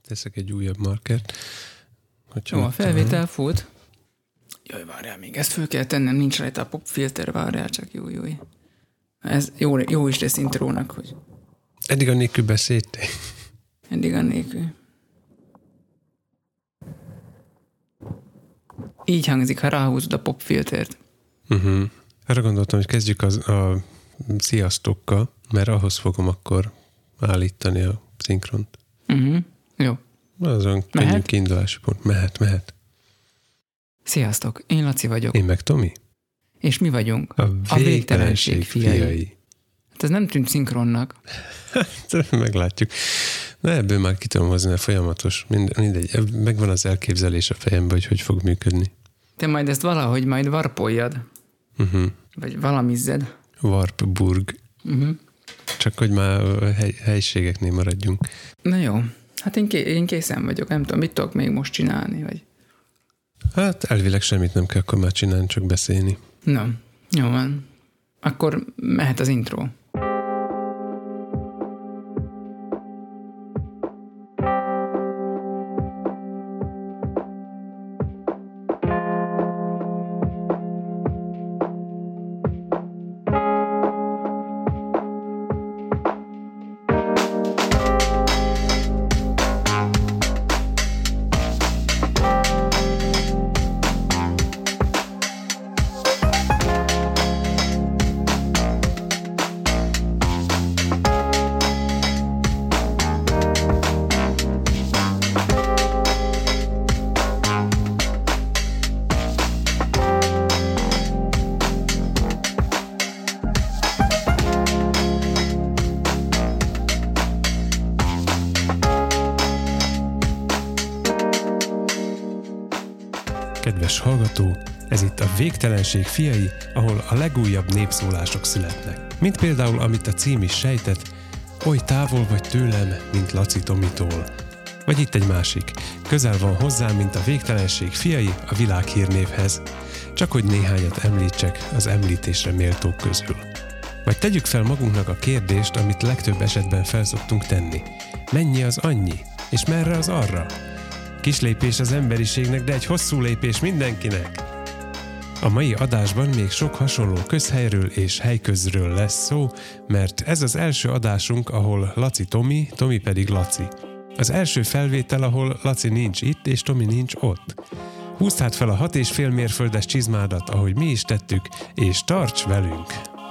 teszek egy újabb markert. Jó, a felvétel fut. Jaj, várjál, még ezt föl kell tennem, nincs rajta a popfilter, várjál, csak jó. Ez jó is lesz intrónak, hogy... Eddig a nélkül beszéltél? Eddig a nélkül. Így hangzik, ha ráhúzod a popfiltert. Arra gondoltam, hogy kezdjük a sziasztokkal, mert ahhoz fogom akkor állítani a szinkront. Jó. Azon könnyű kiindulási pont. Mehet. Sziasztok, én Laci vagyok. Én meg Tomi. És mi vagyunk? A végtelenség fiai. Hát ez nem tűnt szinkronnak. Meglátjuk. De ebből már ki tudom hozni, mert folyamatos. Mindegy. Megvan az elképzelés a fejemben, hogy fog működni. Te majd ezt valahogy majd varpoljad. Vagy valamizzed. Warpburg. Csak hogy már helyiségeknél maradjunk. Na jó. Hát én készen vagyok. Nem tudom, mit tudok még most csinálni, vagy... Hát elvileg semmit nem kell akkor már csinálni, csak beszélni. Na, jó van. Akkor mehet az intro. Kedves hallgató, ez itt a Végtelenség fiai, ahol a legújabb népszólások születnek. Mint például, amit a cím is sejtett, oly távol vagy tőlem, mint Laci Tomitól. Vagy itt egy másik, közel van hozzám, mint a Végtelenség fiai a világhírnévhez. Csak hogy néhányat említsek az említésre méltók közül. Vagy tegyük fel magunknak a kérdést, amit legtöbb esetben felszoktunk tenni. Mennyi az annyi? És merre az arra? Kis lépés az emberiségnek, de egy hosszú lépés mindenkinek. A mai adásban még sok hasonló közhelyről és helyközről lesz szó, mert ez az első adásunk, ahol Laci Tomi, Tomi pedig Laci. Az első felvétel, ahol Laci nincs itt és Tomi nincs ott. Húzd hát fel a 6,5 mérföldes csizmádat, ahogy mi is tettük, és tarts velünk!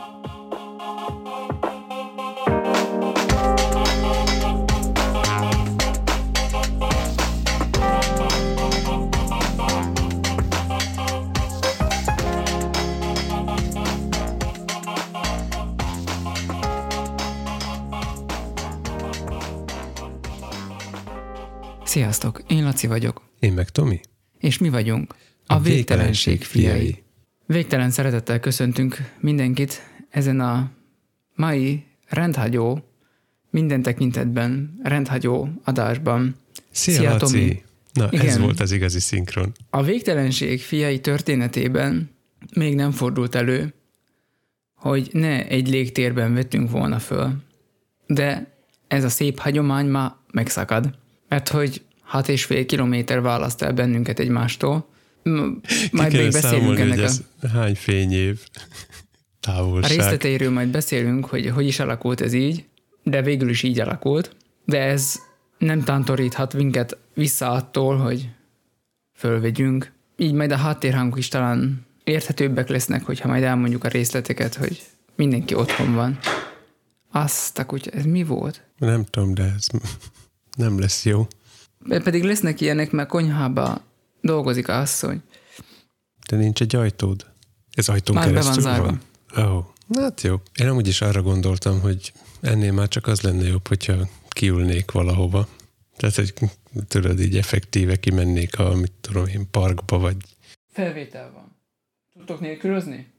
Sziasztok, én Laci vagyok. Én meg Tomi. És mi vagyunk a Végtelenség fiai. Végtelen szeretettel köszöntünk mindenkit ezen a mai rendhagyó, minden tekintetben rendhagyó adásban. Szia Laci! Tomi. Na, igen, ez volt az igazi szinkron. A Végtelenség fiai történetében még nem fordult elő, hogy ne egy légtérben vettünk volna föl. De ez a szép hagyomány már megszakad. Mert hogy 6,5 kilométer választ el bennünket egymástól. Majd még beszélünk ennek ez hány fényév távolság. A részleteiről majd beszélünk, hogy is alakult ez így, de végül is így alakult. De ez nem tántoríthat minket vissza attól, hogy fölvegyünk. Így majd a háttérhangok is talán érthetőbbek lesznek, hogyha majd elmondjuk a részleteket, hogy mindenki otthon van. Azt a kutya, ez mi volt? Nem tudom, de ez nem lesz jó. Pedig lesznek ilyenek, mert konyhába dolgozik a asszony. De nincs egy ajtód? Ez ajtón már keresztül be van zárva. Oh, hát jó. Én amúgy is arra gondoltam, hogy ennél már csak az lenne jobb, hogyha kiülnék valahova. Tehát, hogy tudod, így effektíve kimennék a, mit tudom én, parkba, vagy... Felvétel van. Tudtok nélkülözni?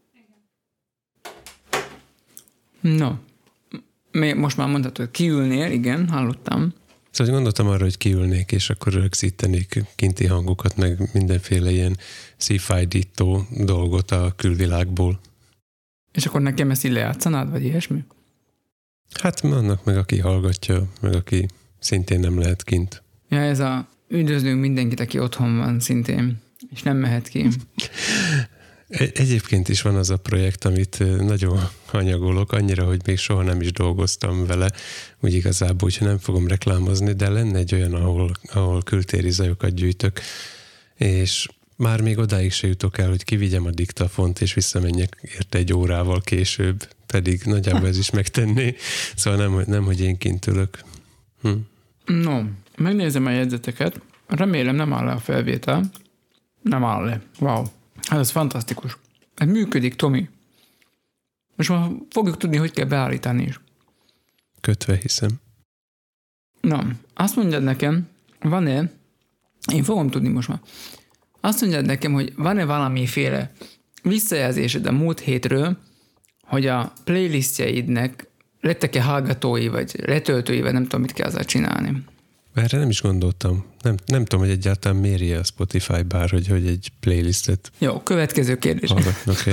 Igen. No. Most már mondhatod, hogy kiülnél, igen, hallottam. Szóval gondoltam arra, hogy kiülnék, és akkor rögzítenék kinti hangokat, meg mindenféle ilyen szívfájdító dolgot a külvilágból. És akkor nekem ezt így lejátszanád, vagy ilyesmi? Hát annak meg, aki hallgatja, meg aki szintén nem lehet kint. Ja, ez a üdvözlünk mindenkit, aki otthon van szintén, és nem mehet ki. Egyébként is van az a projekt, amit nagyon hanyagolok, annyira, hogy még soha nem is dolgoztam vele, úgy igazából, hogyha nem fogom reklámozni, de lenne egy olyan, ahol kültéri zajokat gyűjtök, és már még odáig se jutok el, hogy kivigyem a diktafont, és visszamenjek érte egy órával később, pedig nagyjából ez is megtenné, szóval nem hogy én kint ülök. No, megnézem a jegyzeteket, remélem nem áll le a felvétel. Nem áll le. Wow. Hát ez fantasztikus. Ez működik, Tomi. Most már fogjuk tudni, hogy kell beállítani is. Kötve hiszem. Na, azt mondjad nekem, van-e, én fogom tudni most már, azt mondjad nekem, hogy van-e valamiféle visszajelzésed a múlt hétről, hogy a playlistjeidnek lettek-e hallgatói, vagy letöltői, vagy nem tudom, mit kell azzal csinálni. Erre nem is gondoltam. Nem tudom, hogy egyáltalán mérje a Spotify bár, hogy egy playlistet. Jó, következő kérdés. Okay.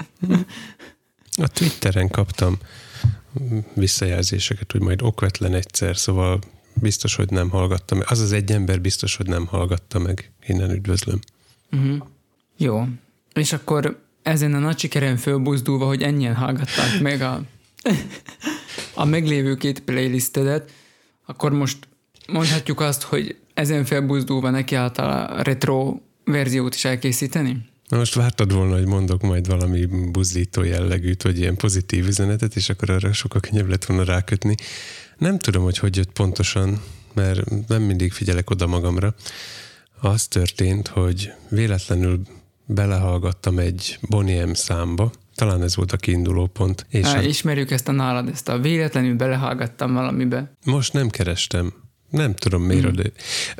A Twitteren kaptam visszajelzéseket, hogy majd okvetlen egyszer, szóval biztos, hogy nem hallgatta meg. Az egy ember biztos, hogy nem hallgatta meg. Innen üdvözlöm. Jó. És akkor ezen a nagy sikeren fölbuzdulva, hogy ennyien hallgatták meg a meglévő 2 playlistedet, akkor most mondhatjuk azt, hogy ezen felbuzdulva nekiálltál a retro verziót is elkészíteni? Na most vártad volna, hogy mondok majd valami buzdító jellegűt, vagy ilyen pozitív üzenetet, és akkor arra sokkal könnyebb lett volna rákötni. Nem tudom, hogy jött pontosan, mert nem mindig figyelek oda magamra. Az történt, hogy véletlenül belehallgattam egy Boney M számba, talán ez volt a kiinduló pont. És ismerjük ezt a nálad, ezt a véletlenül belehallgattam valamibe. Most nem kerestem. Nem tudom miért,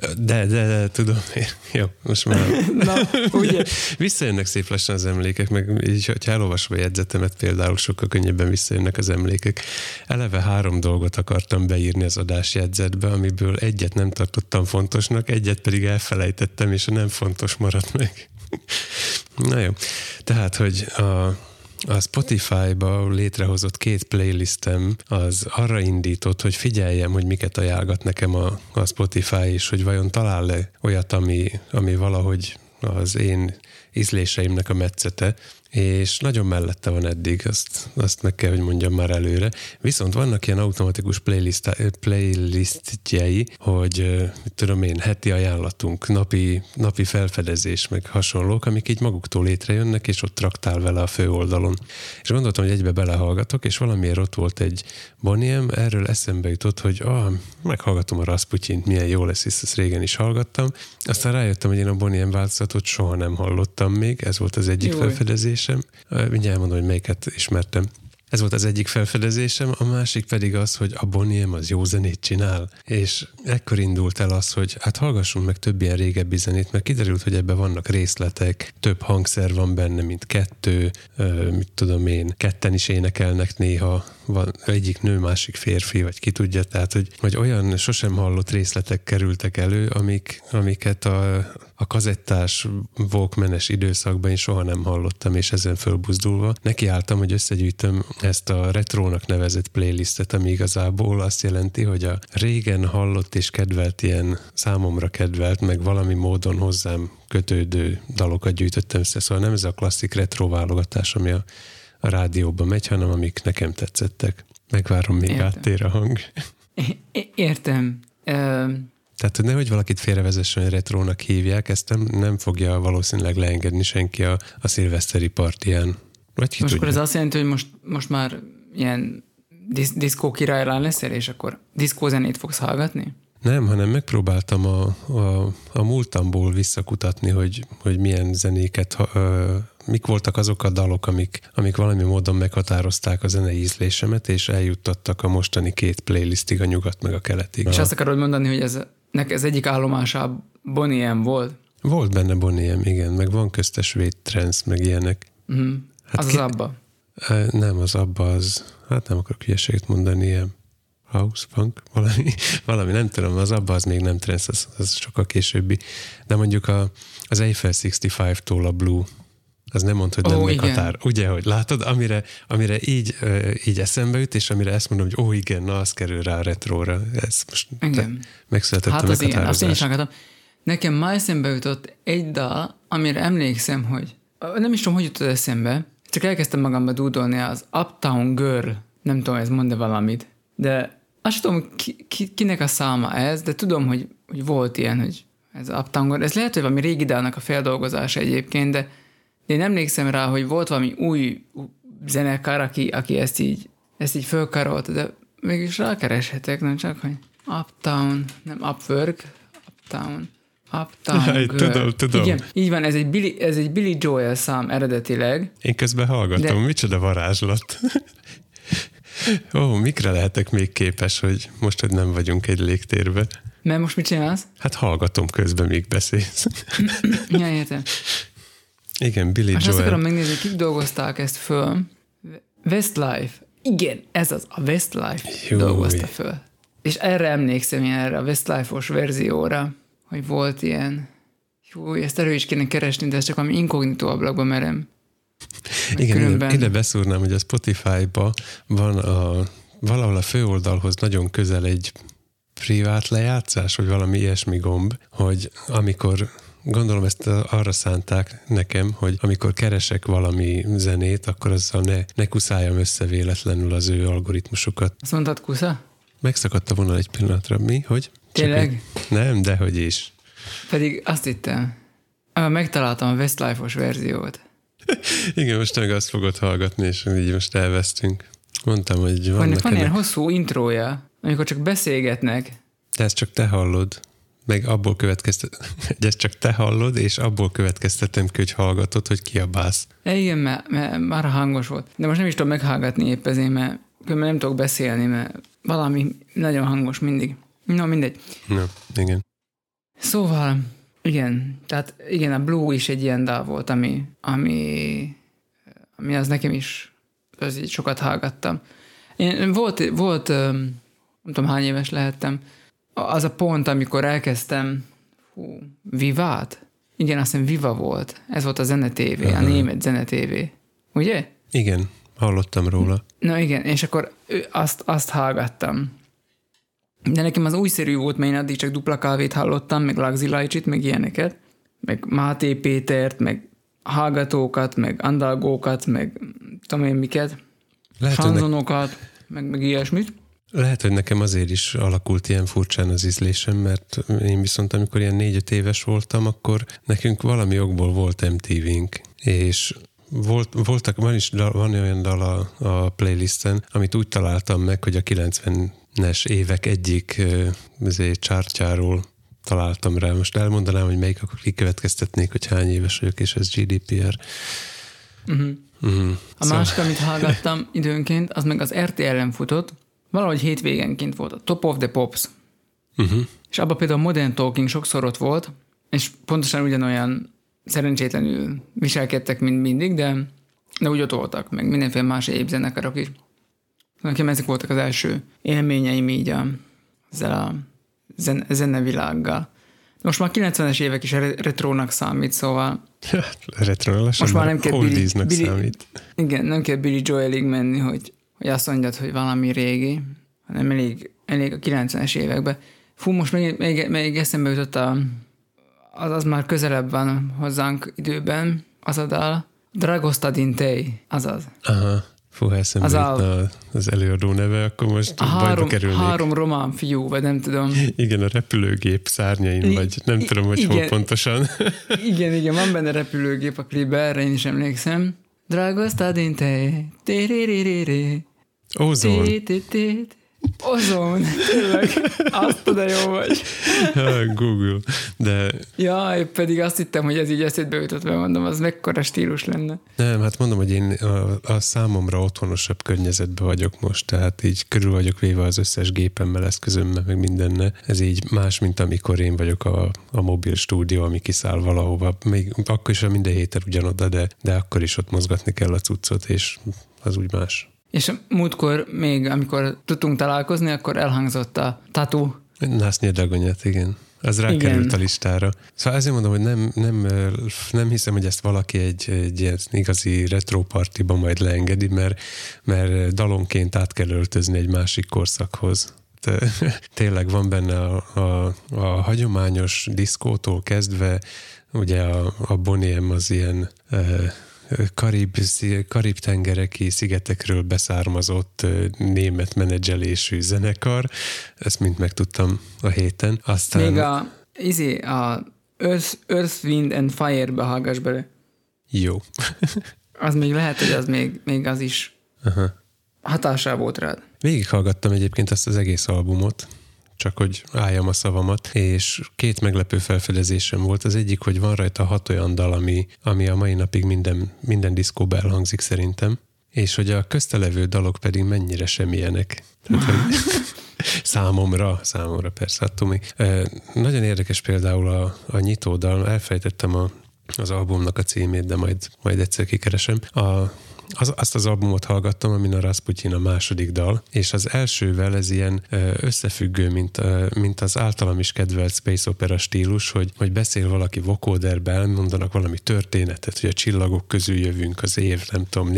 de tudom miért. Jó, most már. Na, ugye? Visszajönnek szép lassan az emlékek, meg így, ha elolvasom a jegyzetemet például, sokkal könnyebben visszajönnek az emlékek. Eleve 3 dolgot akartam beírni az adásjegyzetbe, amiből egyet nem tartottam fontosnak, egyet pedig elfelejtettem, és a nem fontos maradt meg. Na jó, tehát, hogy a Spotify-ba létrehozott 2 playlistem az arra indított, hogy figyeljem, hogy miket ajánlgat nekem a Spotify, és hogy vajon talál-e olyat, ami valahogy az én ízléseimnek a metszete, és nagyon mellette van eddig, azt meg kell, hogy mondjam már előre. Viszont vannak ilyen automatikus playlistjei, hogy mit tudom én, heti ajánlatunk, napi felfedezés, meg hasonlók, amik így maguktól létrejönnek, és ott traktál vele a főoldalon. És gondoltam, hogy egybe belehallgatok, és valamiért ott volt egy Boney M, erről eszembe jutott, hogy meghallgatom a Rasputyint, milyen jó lesz, hisz ezt régen is hallgattam. Aztán rájöttem, hogy én a Boney M változatot soha nem hallottam még, ez volt az egyik felfedezésem. Mindjárt elmondom, hogy melyiket ismertem. Ez volt az egyik felfedezésem, a másik pedig az, hogy a Boney M az jó zenét csinál. És ekkor indult el az, hogy hát hallgassunk meg több ilyen régebbi zenét, mert kiderült, hogy ebben vannak részletek, több hangszer van benne, mint 2, mit tudom én, 2 is énekelnek néha, van egyik nő, másik férfi, vagy ki tudja, tehát, hogy olyan sosem hallott részletek kerültek elő, amiket a kazettás Walkman-es időszakban én soha nem hallottam, és ezen fölbuzdulva nekiálltam, hogy összegyűjtöm ezt a retrónak nevezett playlistet, ami igazából azt jelenti, hogy a régen hallott és kedvelt ilyen számomra kedvelt, meg valami módon hozzám kötődő dalokat gyűjtöttem össze, szóval nem ez a klasszik retro válogatás, ami a rádióban megy, hanem amik nekem tetszettek. Megvárom, még áttér a hang. Értem. Tehát nehogy valakit félrevezessen, hogy retrónak hívják, ezt nem fogja valószínűleg leengedni senki a szilveszteri partiján. Vagy ki most tudja. akkor ez azt jelenti, hogy most már ilyen diszkó királylán leszel, és akkor diszkózenét fogsz hallgatni? Nem, hanem megpróbáltam a múltamból visszakutatni, hogy milyen zenéket, mik voltak azok a dalok, amik valami módon meghatározták a zenei ízlésemet, és eljuttattak a mostani 2 playlistig, a nyugat meg a keletig. És azt akarod mondani, hogy ez egyik állomása Boney M volt? Volt benne Boney M, igen, meg van köztes svéd trance, meg ilyenek. Uh-huh. Hát az abba? Nem, az abba az, hát nem akarok hülyeséget mondani, ilyen house, funk, valami, nem tudom, az abba az még nem trance, az sokkal későbbi. De mondjuk az Eiffel 65-tól a Blue, Az nem mond, hogy nem meghatár. Ugye, hogy látod, amire így eszembe jut, és amire ezt mondom, hogy igen, na, az kerül rá a retróra. Ez most megszületett a meghatározás. Igen, azt én is hallgatom. Nekem már eszembe jutott egy dal, amire emlékszem, hogy nem is tudom, hogy jutott eszembe, csak elkezdtem magamba dúdolni az Uptown Girl, nem tudom, ez mond-e valamit, de azt tudom, kinek a száma ez, de tudom, hogy volt ilyen, hogy ez Uptown Girl. Ez lehet, hogy valami régi dalnak a feldolgozása egyébként, de én emlékszem rá, hogy volt valami új zenekar, aki ezt így fölkarolta, de mégis rákereshetek, nem csak, hogy Uptown, nem Upwork, Uptown Girl. Tudom. Igen, így van, ez egy Billy Joel szám eredetileg. Én közben hallgatom, micsoda varázslat. Mikre lehetek még képes, hogy most, hogy nem vagyunk egy légtérbe? Mert most mit csinálsz? Hát hallgatom közben, míg beszélsz. Ja, értem. Igen, Billy Joel. Azt akarom megnézni, kik dolgozták ezt föl. Westlife. Igen, ez az, a Westlife dolgozta föl. És erre emlékszem én, erre a Westlife-os verzióra, hogy volt ilyen. Ezt elő is kéne keresni, de ez csak valami inkognitó ablakba merem. Igen, különben... ide beszúrnám, hogy a Spotify-ba van valahol a főoldalhoz nagyon közel egy privát lejátszás, vagy valami ilyesmi gomb, hogy amikor, gondolom ezt arra szánták nekem, hogy amikor keresek valami zenét, akkor azzal ne kuszáljam össze véletlenül az ő algoritmusokat. Azt mondtad, kusza? Megszakadt a vonal egy pillanatra. Mi? Hogy? Tényleg? Nem, dehogy is. Pedig azt hittem. Megtaláltam a Westlife-os verziót. Igen, most meg azt fogod hallgatni, és így most elvesztünk. Mondtam, hogy van ilyen hosszú intrója, amikor csak beszélgetnek. De ezt csak te hallod. Meg abból ezt csak te hallod, és abból következtetem ki, hogy hallgatod, hogy kiabálsz. Igen, mert már hangos volt. De most nem is tudom meghallgatni épp ezért, mert nem tudok beszélni, mert valami nagyon hangos mindig. No, mindegy. No, igen. Szóval, igen, tehát igen, a Blue is egy ilyen dal volt, ami az nekem is, az így sokat hallgattam. Én volt nem tudom hány éves lehettem, az a pont, amikor elkezdtem Vivát? Igen, azt hiszem Viva volt. Ez volt a Zene TV, a német Zene TV. Ugye? Igen, hallottam róla. Na igen, és akkor azt hallgattam. De nekem az újszerű volt, mert én addig csak Dupla Kávét hallottam, meg Lagzi Lajcsit, meg ilyeneket, meg Máté Pétert, meg hallgatókat, meg andalgókat, meg tudom én miket, sanzonokat, meg ilyesmit. Lehet, hogy nekem azért is alakult ilyen furcsán az ízlésem, mert én viszont amikor ilyen 4-5 éves voltam, akkor nekünk valami okból volt MTV-nk, és van olyan dal a playlisten, amit úgy találtam meg, hogy a 90-es évek egyik chartjáról találtam rá. Most elmondanám, hogy melyik, akkor kikövetkeztetnék, hogy hány éves vagyok, és ez GDPR. A másik, amit hallgattam időnként, az meg az RTL-en futott, valahogy hétvégenként volt a Top of the Pops. És abban például a Modern Talking sokszor ott volt, és pontosan ugyanolyan szerencsétlenül viselkedtek, mint mindig, de úgy ott voltak, meg mindenféle más egyéb zenekarok is. Nekem ezek voltak az első élményeim így ezzel a zenevilággal. Most már 90-es évek is retrónak számít, szóval... Retrónak most már nem kell oldiesnak számít. Igen, nem kell Billy Joelig menni, hogy azt mondjad, hogy valami régi, hanem elég a 90-es években. Most még eszembe jutott az már közelebb van hozzánk időben, az a dal, Dragosta Dintei, azaz. Aha, eszembe az előadó neve, akkor most bajba kerülnék. 3 román fiú, vagy nem tudom. Igen, a repülőgép szárnyain, vagy nem tudom, hogy hol pontosan. Igen, van benne repülőgép a klipben, erre én is emlékszem. Dragosta Dintei, térérérérér. Ozon. Ozon, tényleg, azt oda jó vagy. Google, de... Jaj, pedig azt hittem, hogy ez így eszétbe jutott, mert mondom, az mekkora stílus lenne. Nem, hát mondom, hogy én a számomra otthonosabb környezetben vagyok most, tehát így körül vagyok véve az összes gépemmel, eszközömmel, meg mindenne. Ez így más, mint amikor én vagyok a mobil stúdió, ami kiszáll valahova. Még akkor is minden héten ugyanoda, de akkor is ott mozgatni kell a cuccot, és az úgy más. És múltkor még, amikor tudtunk találkozni, akkor elhangzott a Tatu. Násznyi Dagonyát, igen. Az rákerült a listára. Szóval ezért mondom, hogy nem hiszem, hogy ezt valaki egy ilyen igazi retro partiba majd leengedi, mert dalonként át kell öltözni egy másik korszakhoz. Tényleg van benne a hagyományos diszkótól kezdve, ugye a Bonnie M az ilyen Karib-tengereki szigetekről beszármazott német menedzselésű zenekar. Ezt mind megtudtam a héten. Aztán... Még a Earth, Wind and Fire-be hallgass bele. Jó. Az még lehet, hogy az még az is hatással volt rád. Végighallgattam egyébként ezt az egész albumot, csak hogy álljam a szavamat, és 2 meglepő felfedezésem volt. Az egyik, hogy van rajta 6 olyan dal, ami a mai napig minden diszkóba elhangzik szerintem, és hogy a köztelevő dalok pedig mennyire semmilyenek. Tehát, hogy számomra persze, attól még. Nagyon érdekes például a nyitódal, elfelejtettem az albumnak a címét, de majd egyszer kikeresem. Azt az albumot hallgattam, amin a Rasputin a második dal, és az elsővel ez ilyen összefüggő, mint az általam is kedvelt space opera stílus, hogy beszél valaki vocoderben, mondanak valami történetet, hogy a csillagok közül jövünk az év, nem tudom,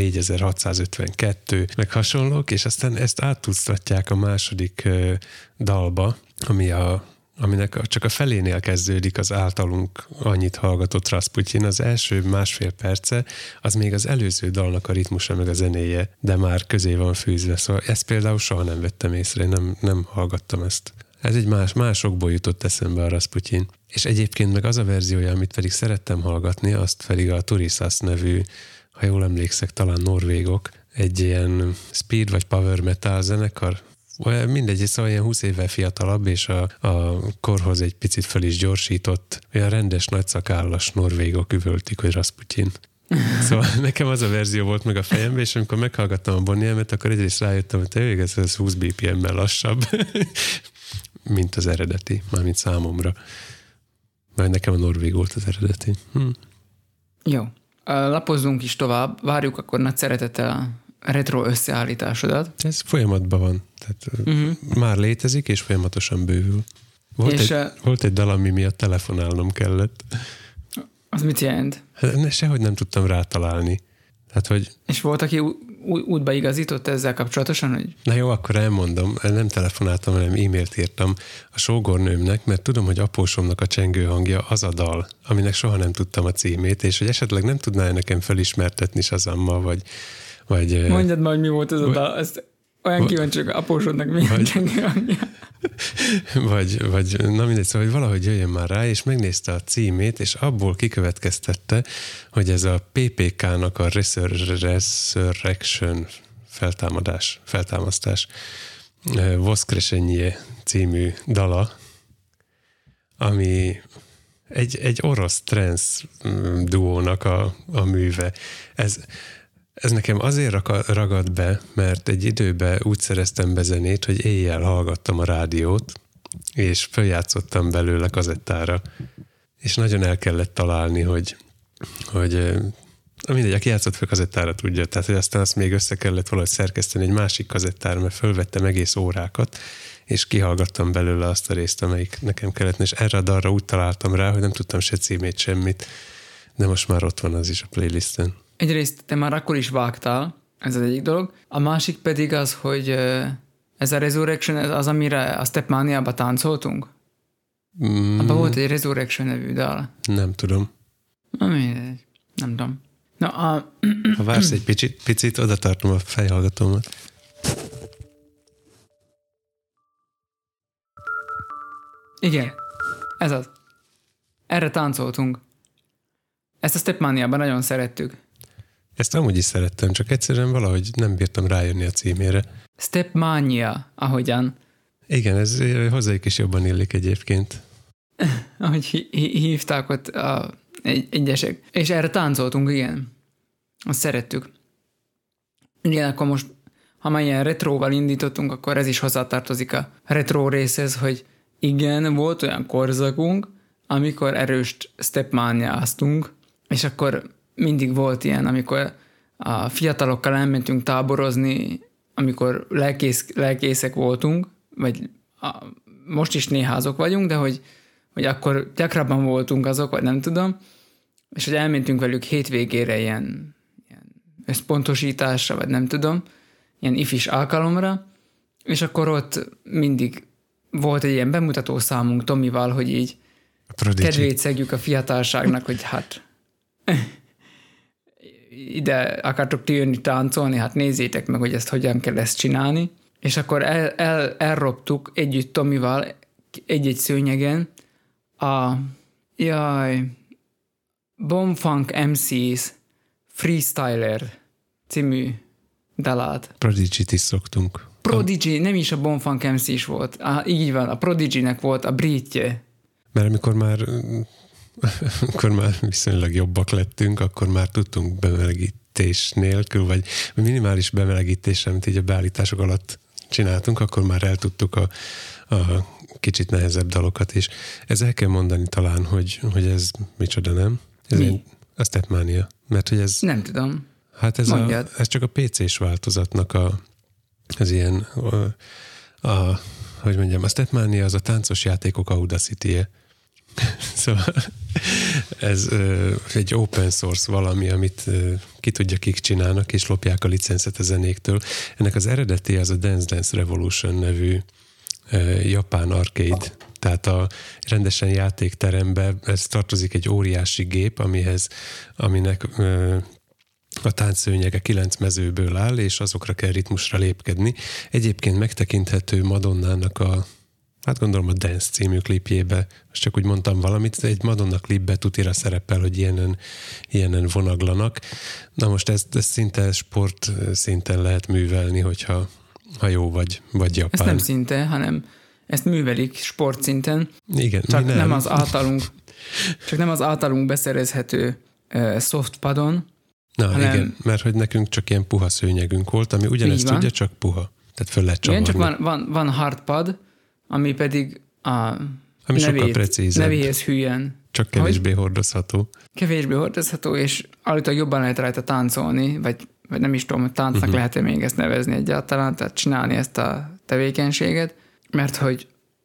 4652, meg hasonlók, és aztán ezt áttusztatják a második dalba, aminek csak a felénél kezdődik az általunk annyit hallgatott Rasputin. Az első 1,5 perce, az még az előző dalnak a ritmusa meg a zenéje, de már közé van fűzve. Szóval ezt például soha nem vettem észre, nem hallgattam ezt. Ez egy másokból jutott eszembe a Rasputin. És egyébként meg az a verziója, amit pedig szerettem hallgatni, azt pedig a Turisas nevű, ha jól emlékszek, talán norvégok, egy ilyen speed vagy power metal zenekar, mindegy, szóval ilyen 20 évvel fiatalabb, és a korhoz egy picit fel is gyorsított, olyan rendes, nagyszakállas norvégok üvöltik, hogy Rasputin. Szóval nekem az a verzió volt meg a fejemben, és amikor meghallgattam a Bonnie M-et, akkor egyrészt rájöttem, hogy tényleg ez 20 BPM-mel lassabb, mint az eredeti, mármint számomra. Mert nekem a norvég volt az eredeti. Jó. Lapozzunk is tovább, várjuk akkor nagy szeretettel a retro összeállításodat. Ez folyamatban van. Tehát már létezik, és folyamatosan bővül. Volt egy dal, ami miatt telefonálnom kellett. Az mit jelent? Sehogy nem tudtam rátalálni. Tehát, hogy... És volt, aki útba igazított ezzel kapcsolatosan? Hogy... Na jó, akkor elmondom. Nem telefonáltam, hanem e-mailt írtam a sógornőmnek, mert tudom, hogy apósomnak a csengő hangja az a dal, aminek soha nem tudtam a címét, és hogy esetleg nem tudná nekem felismertetni Shazammal, vagy mondjad már, hogy mi volt ez a dal. Ezt olyan kíváncsi, hogy apósodnak milyen csengő hangja. Vagy na mindegy, szóval, hogy valahogy jöjjön már rá, és megnézte a címét, és abból kikövetkeztette, hogy ez a PPK-nak a Resurrection feltámasztás Voskresenye című dala, ami egy orosz trance duónak a műve. Ez nekem azért ragad be, mert egy időben úgy szereztem be zenét, hogy éjjel hallgattam a rádiót, és feljátszottam belőle kazettára. És nagyon el kellett találni, hogy mindegy, aki játszott fel kazettára tudja, tehát hogy aztán azt még össze kellett valahogy szerkeszteni egy másik kazettára, mert fölvettem egész órákat, és kihallgattam belőle azt a részt, amelyik nekem kellett, és erre a dalra úgy találtam rá, hogy nem tudtam se címét, semmit, de most már ott van az is a playlisten. Egyrészt te már akkor is vágtál, ez az egyik dolog. A másik pedig az, hogy ez a Resurrection, ez az, amire a Stepmania-ba táncoltunk? Abban volt egy Resurrection nevű dal. Nem tudom. Nem tudom. Ha vársz egy picit, oda tartom a fejhallgatómat. Igen, ez az. Erre táncoltunk. Ezt a Stepmania-ban nagyon szerettük. Ezt amúgy is szerettem, csak egyszerűen valahogy nem bírtam rájönni a címére. Stepmania, ahogyan. Igen, ez hozzájuk is jobban illik egyébként. Ahogy hívták ott egyesek. És erre táncoltunk, igen. Azt szerettük. Igen, akkor most, ha már ilyen retróval indítottunk, akkor ez is hozzátartozik a retro részhez, hogy igen, volt olyan korszakunk, amikor erős stepmaniáztunk, és akkor mindig volt ilyen, amikor a fiatalokkal elmentünk táborozni, amikor lelkészek voltunk, vagy most is néházok vagyunk, de hogy hogy akkor gyakrabban voltunk azok, vagy nem tudom, és hogy elmentünk velük hétvégére ilyen összpontosításra, vagy nem tudom, ilyen ifis alkalomra, és akkor ott mindig volt egy ilyen bemutató számunk Tomival, hogy így kedvét szegjük a fiatalságnak, hogy hát ide akartok ti jönni táncolni, hát nézzétek meg, hogy ezt hogyan kell ezt csinálni. És akkor elroptuk együtt Tomival egy-egy szőnyegen a Bombfunk MCs Freestyler című dalát. Prodigy-t is szoktunk. Prodigy, nem is a Bombfunk MC is volt. Így van, a Prodigy-nek volt a britje. Mert amikor már viszonylag jobbak lettünk, akkor már tudtunk bemelegítés nélkül, vagy minimális bemelegítés, amit így a beállítások alatt csináltunk, akkor már eltudtuk a kicsit nehezebb dalokat is. Ez el kell mondani talán, hogy ez micsoda, nem? Ez a Stepmania. Mert hogy ez... Nem tudom. Hát ez csak a PC-s változatnak az ilyen, hogy mondjam, a Stepmania az a táncos játékok Audacity-je. Szóval ez egy open source valami, amit ki tudja, kik csinálnak, és lopják a licencet a zenéktől. Ennek az eredeti az a Dance Dance Revolution nevű japán arcade, tehát a rendesen játékterembe ez tartozik egy óriási gép, aminek a táncszőnyege 9 mezőből áll, és azokra kell ritmusra lépkedni. Egyébként megtekinthető Madonnának hát gondolom a Dance című klipjébe, most csak úgy mondtam valamit, egy Madonna klipbe tutira szerepel, hogy ilyenen vonaglanak. Na most ezt szinte sport szinten lehet művelni, hogyha jó vagy japán. Ez nem szinte, hanem ezt művelik sportszinten. Igen, csak nem az általunk beszerezhető softpadon. Na igen, mert hogy nekünk csak ilyen puha szőnyegünk volt, ami ugyanezt tudja, csak puha. Tehát föl lehet csavarni. Igen, csak van hardpad, ami pedig ami sokkal precízebb. Nevéhez hülyen. Csak kevésbé hordozható. Kevésbé hordozható, és állítólag jobban lehet rajta táncolni, vagy nem is tudom, hogy táncnak lehet-e még ezt nevezni egyáltalán, tehát csinálni ezt a tevékenységet, mert hogy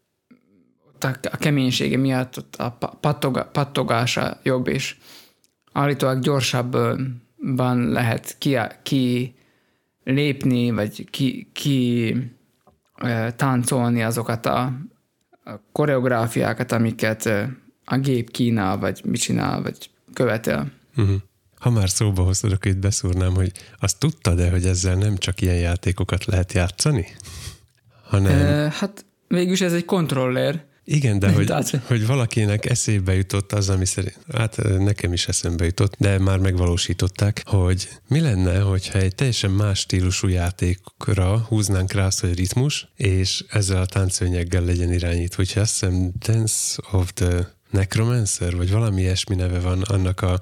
a keménysége miatt ott a pattogása jobb, és állítólag gyorsabban lehet ki lépni, vagy ki táncolni azokat a koreográfiákat, amiket a gép kínál, vagy mit csinál, vagy követel. Ha már szóba hoztad, akkor itt beszúrnám, hogy azt tudtad-e, hogy ezzel nem csak ilyen játékokat lehet játszani? Hanem... Hát végülis ez egy kontroller. Igen, de hogy valakinek eszébe jutott az, ami szerint, hát nekem is eszembe jutott, de már megvalósították, hogy mi lenne, hogyha egy teljesen más stílusú játékra húznánk rá azt, hogy ritmus, és ezzel a táncszőnyeggel legyen irányítva. Úgyhogy azt hiszem Dance of the Necromancer, vagy valami ilyesmi neve van annak a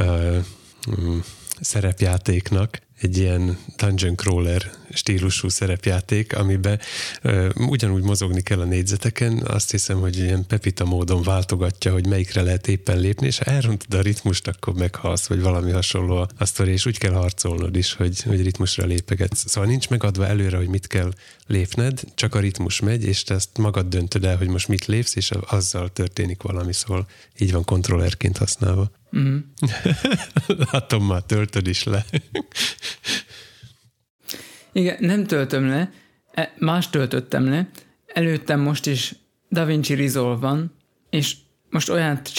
szerepjátéknak, egy ilyen dungeon crawler stílusú szerepjáték, amiben ugyanúgy mozogni kell a négyzeteken, azt hiszem, hogy ilyen pepita módon váltogatja, hogy melyikre lehet éppen lépni, és ha elrontod a ritmust, akkor meghalsz, vagy valami hasonló a sztori, és úgy kell harcolnod is, hogy ritmusra lépegetsz. Szóval nincs megadva előre, hogy mit kell lépned, csak a ritmus megy, és te ezt magad döntöd el, hogy most mit lépsz, és azzal történik valami, szóval így van kontrollerként használva. Látom, már töltöd is le. Igen, nem töltöm le, más töltöttem le. Előttem most is DaVinci Resolve van, és most olyant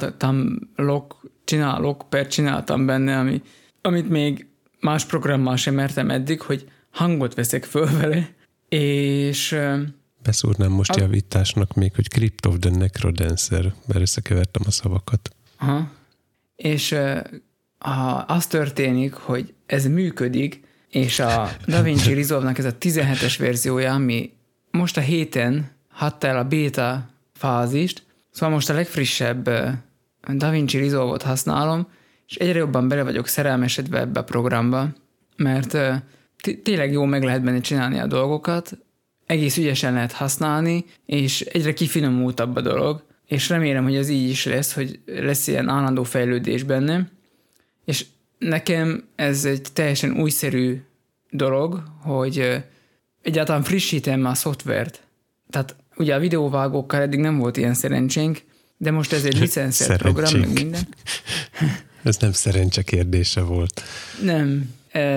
csináltam benne, amit még más programmal sem mertem eddig, hogy hangot veszek föl vele, és... Beszúrnám most javításnak még, hogy Crypt of the Necrodancer, mert összekevertem a szavakat. Aha. És az történik, hogy ez működik, és a DaVinci Resolve-nak ez a 17-es verziója, ami most a héten hatta el a beta fázist, szóval most a legfrissebb DaVinci Resolve-ot használom, és egyre jobban bele vagyok szerelmesedve ebbe a programba, mert tényleg jó meg lehet benne csinálni a dolgokat, egész ügyesen lehet használni, és egyre kifinomultabb a dolog, és remélem, hogy ez így is lesz, hogy lesz ilyen állandó fejlődés benne, és nekem ez egy teljesen újszerű dolog, hogy egyáltalán frissítem a szoftvert. Tehát ugye a videóvágókkal eddig nem volt ilyen szerencsénk, De most ez egy licenszert program, meg minden. Ez nem szerencse kérdése volt. Nem,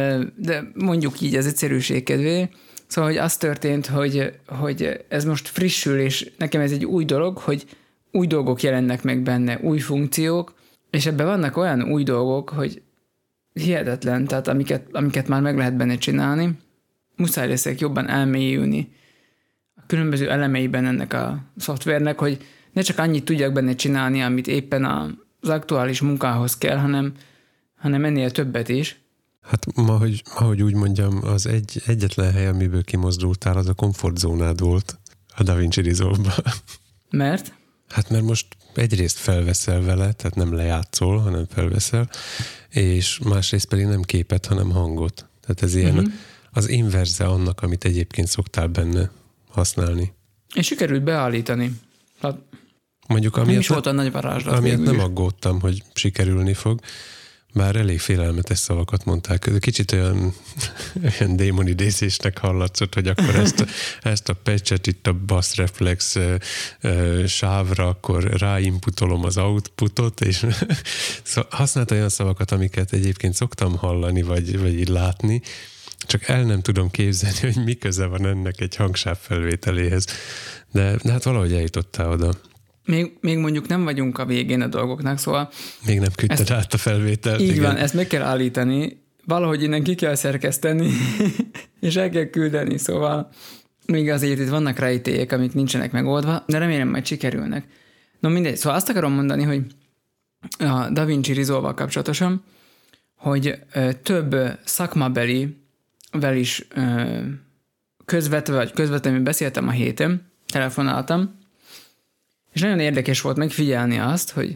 de mondjuk így az egyszerűség kedvé. Szóval, hogy az történt, hogy ez most frissül, és nekem ez egy új dolog, hogy új dolgok jelennek meg benne, új funkciók, és ebben vannak olyan új dolgok, hogy hihetetlen, tehát amiket már meg lehet benne csinálni, muszáj leszek jobban elmélyülni a különböző elemeiben ennek a szoftvernek, hogy ne csak annyit tudjak benne csinálni, amit éppen az aktuális munkához kell, hanem ennél többet is. Hát ahogy úgy mondjam, az egyetlen hely, amiből kimozdultál, az a komfortzónád volt a DaVinci Resolve-ba. Mert? Hát mert most egyrészt felveszel vele, tehát nem lejátszol, hanem felveszel, és másrészt pedig nem képet, hanem hangot. Tehát ez ilyen az inverze annak, amit egyébként szoktál benne használni. És sikerült beállítani. Hát, mondjuk nem is volt a nagy varázslat. Amiatt nem aggódtam, hogy sikerülni fog, bár elég félelmetes szavakat mondták. Kicsit olyan démonidézésnek hallatszott, hogy akkor ezt a patchet itt a bass reflex sávra, akkor ráinputolom az outputot, és használta olyan szavakat, amiket egyébként szoktam hallani, vagy így látni, csak el nem tudom képzelni, hogy mi köze van ennek egy hangsáv felvételéhez. De hát valahogy eljutottál oda. Még mondjuk nem vagyunk a végén a dolgoknak, szóval... Még nem küldted át a felvételt. Így igen. van, ezt meg kell állítani, valahogy innen ki kell szerkeszteni, és el kell küldeni, szóval még azért itt vannak rejtélyek, amik nincsenek megoldva, de remélem majd sikerülnek. No mindegy, szóval azt akarom mondani, hogy a DaVinci Resolve-val kapcsolatosan, hogy több szakmabelivel is közvetve vagy közvetlenül beszéltem a héten, telefonáltam, és nagyon érdekes volt megfigyelni azt, hogy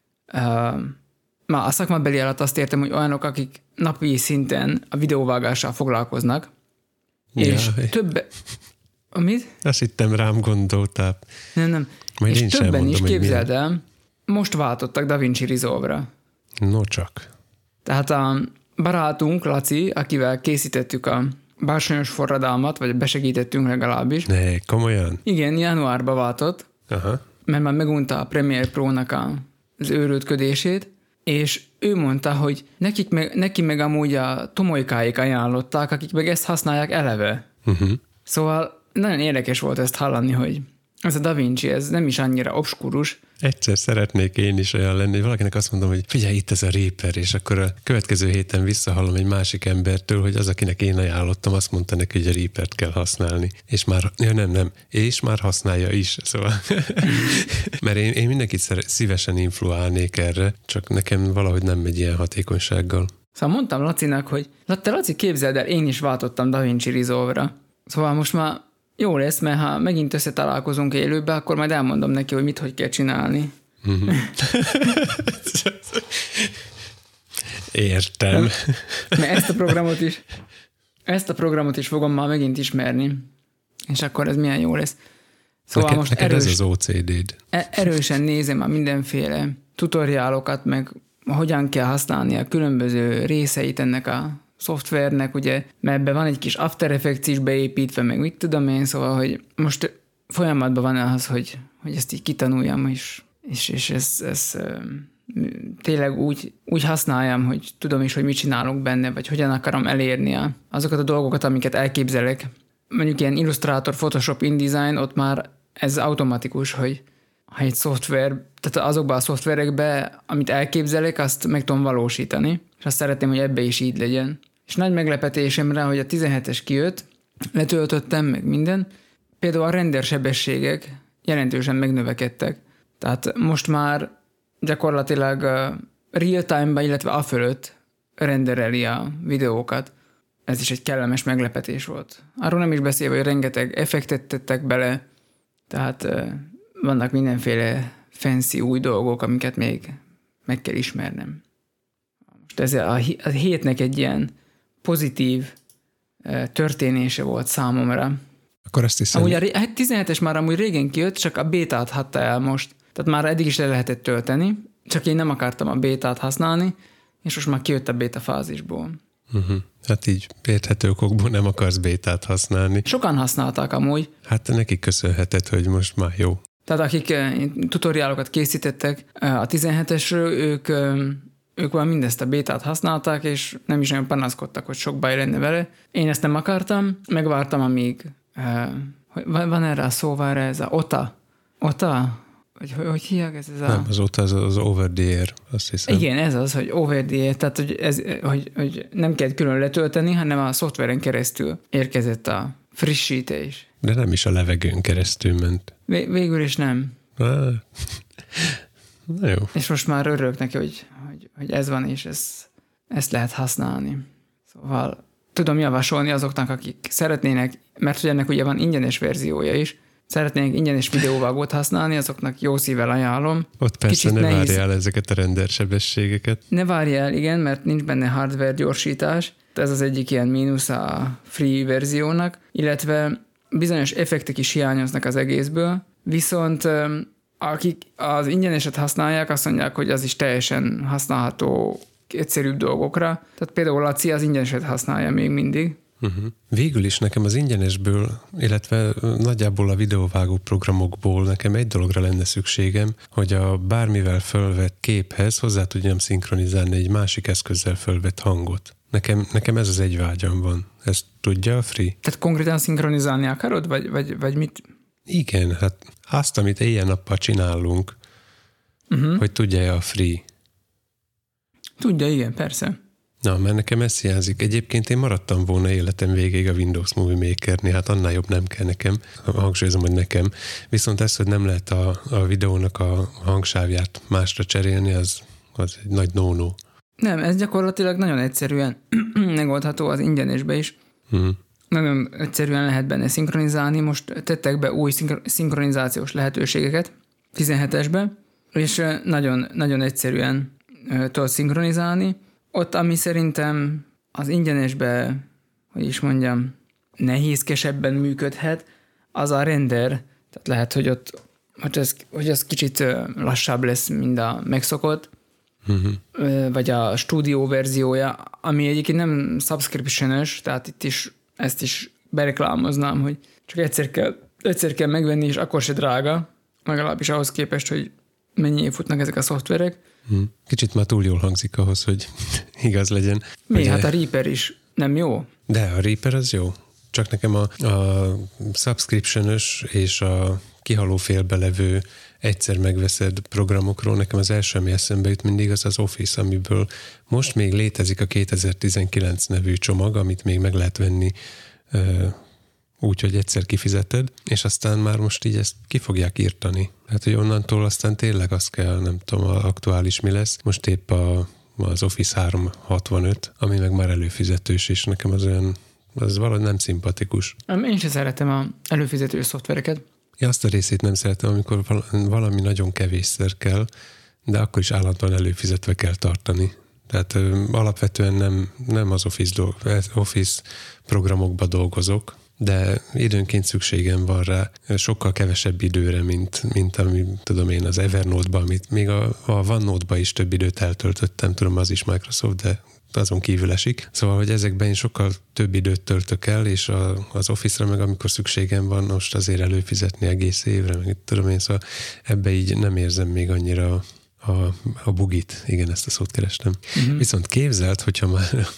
a szakmabeli alatt azt értem, hogy olyanok, akik napi szinten a videóvágással foglalkoznak, és több... Mit? Azt hittem rám gondoltál. Nem. Majd és többen is, képzeld el, most váltottak DaVinci Resolve-ra. No csak. Tehát a barátunk, Laci, akivel készítettük a bársonyos forradalmat, vagy besegítettünk legalábbis. Ne, komolyan? Igen, januárba váltott. Aha. Mert már megunta a Premiere Pro-nak az őrültködését, és ő mondta, hogy neki meg amúgy a tomolykáik ajánlották, akik meg ezt használják eleve. Szóval nagyon érdekes volt ezt hallani, hogy ez a DaVinci, ez nem is annyira obskurus. Egyszer szeretnék én is olyan lenni, hogy valakinek azt mondom, hogy figyelj, itt ez a Reaper, és akkor a következő héten visszahallom egy másik embertől, hogy az, akinek én ajánlottam, azt mondta neki, hogy a Reapert kell használni. És már, és már használja is. Szóval, mert én mindenkit szívesen influálnék erre, csak nekem valahogy nem megy ilyen hatékonysággal. Szóval mondtam Lacinak, hogy Laci, képzeld el, én is váltottam DaVinci Resolve-ra. Szóval most már jó lesz, mert ha megint összetalálkozunk élőbe, akkor majd elmondom neki, hogy hogy kell csinálni. Értem. Mert ezt a programot is fogom már megint ismerni, és akkor ez milyen jó lesz. Szóval neked ez az OCD-d. Erősen nézem a mindenféle tutoriálokat, meg hogyan kell használni a különböző részeit ennek a szoftvernek, ugye, mert ebben van egy kis After Effects is beépítve, meg mit tudom én, szóval, hogy most folyamatban van az, hogy ezt így kitanuljam, és ez tényleg úgy használjam, hogy tudom is, hogy mit csinálok benne, vagy hogyan akarom elérni azokat a dolgokat, amiket elképzelek. Mondjuk ilyen Illustrator, Photoshop, InDesign, ott már ez automatikus, hogy ha egy szoftver, tehát azokban a szoftverekben, amit elképzelek, azt meg tudom valósítani, és azt szeretném, hogy ebbe is így legyen. És nagy meglepetésemre, hogy a 17-es kijött, letöltöttem meg minden, például a render sebességek jelentősen megnövekedtek. Tehát most már gyakorlatilag real-time-ban, illetve afölött rendereli a videókat. Ez is egy kellemes meglepetés volt. Arról nem is beszélve, hogy rengeteg effektet tettek bele, tehát vannak mindenféle fancy új dolgok, amiket még meg kell ismernem. Most ez a hétnek egy ilyen pozitív történése volt számomra. Akkor azt hiszem... Amúgy a 17-es már amúgy régen kijött, csak a bétát hatta el most. Tehát már eddig is le lehetett tölteni, csak én nem akartam a bétát használni, és most már kijött a béta fázisból. Hát így érthető okokból nem akarsz bétát használni. Sokan használták amúgy. Hát neki köszönheted, hogy most már jó. Tehát akik tutoriálokat készítettek a 17-esről, ők már mindezt a bétát használták, és nem is nagyon panaszkodtak, hogy sok baj lenne vele. Én ezt nem akartam, megvártam, amíg van erre a szóval, ez a OTA? Vagy hogy hívják ez a... Nem, az OTA az over the air, azt hiszem. Igen, ez az, hogy over the air, tehát hogy nem kell külön letölteni, hanem a szoftveren keresztül érkezett a frissítés. De nem is a levegőn keresztül ment. Végül is nem. Na jó. És most már örülök neki, hogy ez van, és ezt lehet használni. Szóval tudom javasolni azoknak, akik szeretnének, mert hogy ennek ugye van ingyenes verziója is, szeretnének ingyenes videóvágót használni, azoknak jó szívvel ajánlom. Ott persze ne várjál ezeket a rendersebességeket. Ne várjál, igen, mert nincs benne hardware gyorsítás. Ez az egyik ilyen mínusz a free verziónak, illetve bizonyos effektek is hiányoznak az egészből, viszont akik az ingyeneset használják, azt mondják, hogy az is teljesen használható egyszerűbb dolgokra. Tehát például Laci az ingyeneset használja még mindig. Végül is nekem az ingyenesből, illetve nagyjából a videóvágó programokból nekem egy dologra lenne szükségem, hogy a bármivel fölvett képhez hozzá tudjam szinkronizálni egy másik eszközzel fölvett hangot. Nekem ez az egy vágyam van. Ezt tudja a Free? Tehát konkrétan szinkronizálni akarod, vagy mit? Igen, hát azt, amit éjjel-nappal csinálunk, hogy tudja a Free? Tudja, igen, persze. Na, mert nekem ez hiányzik. Egyébként én maradtam volna életem végéig a Windows Movie Maker-nél, hát annál jobb nem kell nekem, hangsúlyozom, hogy nekem. Viszont ez, hogy nem lehet a videónak a hangsávját másra cserélni, az egy nagy no-no. Nem, ez gyakorlatilag nagyon egyszerűen megoldható az ingyenesbe is. Nagyon egyszerűen lehet benne szinkronizálni. Most tettek be új szinkronizációs lehetőségeket 17-esbe, és nagyon, nagyon egyszerűen tudod szinkronizálni. Ott, ami szerintem az ingyenesbe, hogy is mondjam, nehézkesebben működhet, az a render. Tehát lehet, hogy ott hogy az kicsit lassabb lesz, mint a megszokott, vagy a stúdió verziója, ami egyébként nem subscription-ös, tehát itt is ezt is bereklámoznám, hogy csak egyszer kell megvenni, és akkor se drága, legalábbis ahhoz képest, hogy mennyi futnak ezek a szoftverek. Kicsit már túl jól hangzik ahhoz, hogy igaz legyen. Mi? Hát a Reaper is nem jó? De a Reaper az jó. Csak nekem a subscription-ös és a kihaló félbe levő egyszer megveszed programokról, nekem az első, ami eszembe jut mindig, az Office, amiből most még létezik a 2019 nevű csomag, amit még meg lehet venni úgy, hogy egyszer kifizeted, és aztán már most így ezt ki fogják írtani. Hát, hogy onnantól aztán tényleg azt kell, nem tudom, aktuális mi lesz. Most épp az Office 365, ami meg már előfizetős, és nekem az valahogy nem szimpatikus. Én sem szeretem az előfizetős szoftvereket. Én azt a részét nem szeretem, amikor valami nagyon kevésszer kell, de akkor is állandóan előfizetve kell tartani. Tehát alapvetően nem az Office programokba dolgozok, de időnként szükségem van rá sokkal kevesebb időre, mint ami, tudom én, az Evernote-ba, amit még a OneNote-ba is több időt eltöltöttem, tudom, az is Microsoft, de azon kívül esik. Szóval, hogy ezekben én sokkal több időt töltök el, és az Office-ra meg amikor szükségem van, most azért előfizetni egész évre, meg tudom én, szóval ebbe így nem érzem még annyira a bugit. Igen, ezt a szót kerestem. Viszont képzeld, hogyha már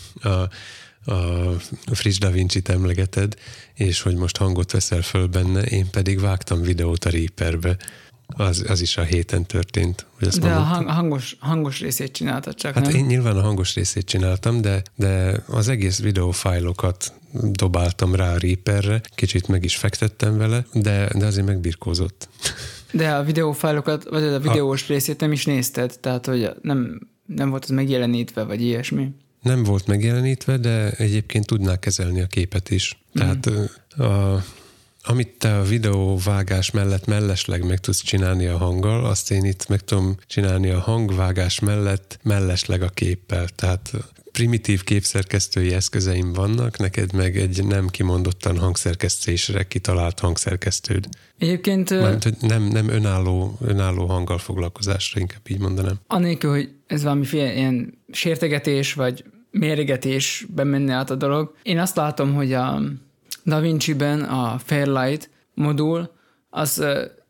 a friss DaVinci-t emlegeted, és hogy most hangot veszel föl benne, én pedig vágtam videót a Reaperbe. Az is a héten történt. De a hangos részét csináltad csak, hát nem? Én nyilván a hangos részét csináltam, de az egész videófájlokat dobáltam rá a Reaperre, kicsit meg is fektettem vele, de azért megbirkózott. De a videófájlokat, vagy a videós részét nem is nézted, tehát hogy nem volt az megjelenítve, vagy ilyesmi? Nem volt megjelenítve, de egyébként tudnák kezelni a képet is. Tehát amit te a videóvágás mellett mellesleg meg tudsz csinálni a hanggal, azt én itt meg tudom csinálni a hangvágás mellett mellesleg a képpel. Tehát primitív képszerkesztői eszközeim vannak, neked meg egy nem kimondottan hangszerkesztésre kitalált hangszerkesztőd. Egyébként... Mármint, hogy nem önálló hanggal foglalkozásra, inkább így mondanám. Anélkül, hogy ez valamiféle ilyen sértegetés, vagy mérgetés menne át a dolog. Én azt látom, hogy a DaVinci-ben a Fairlight modul az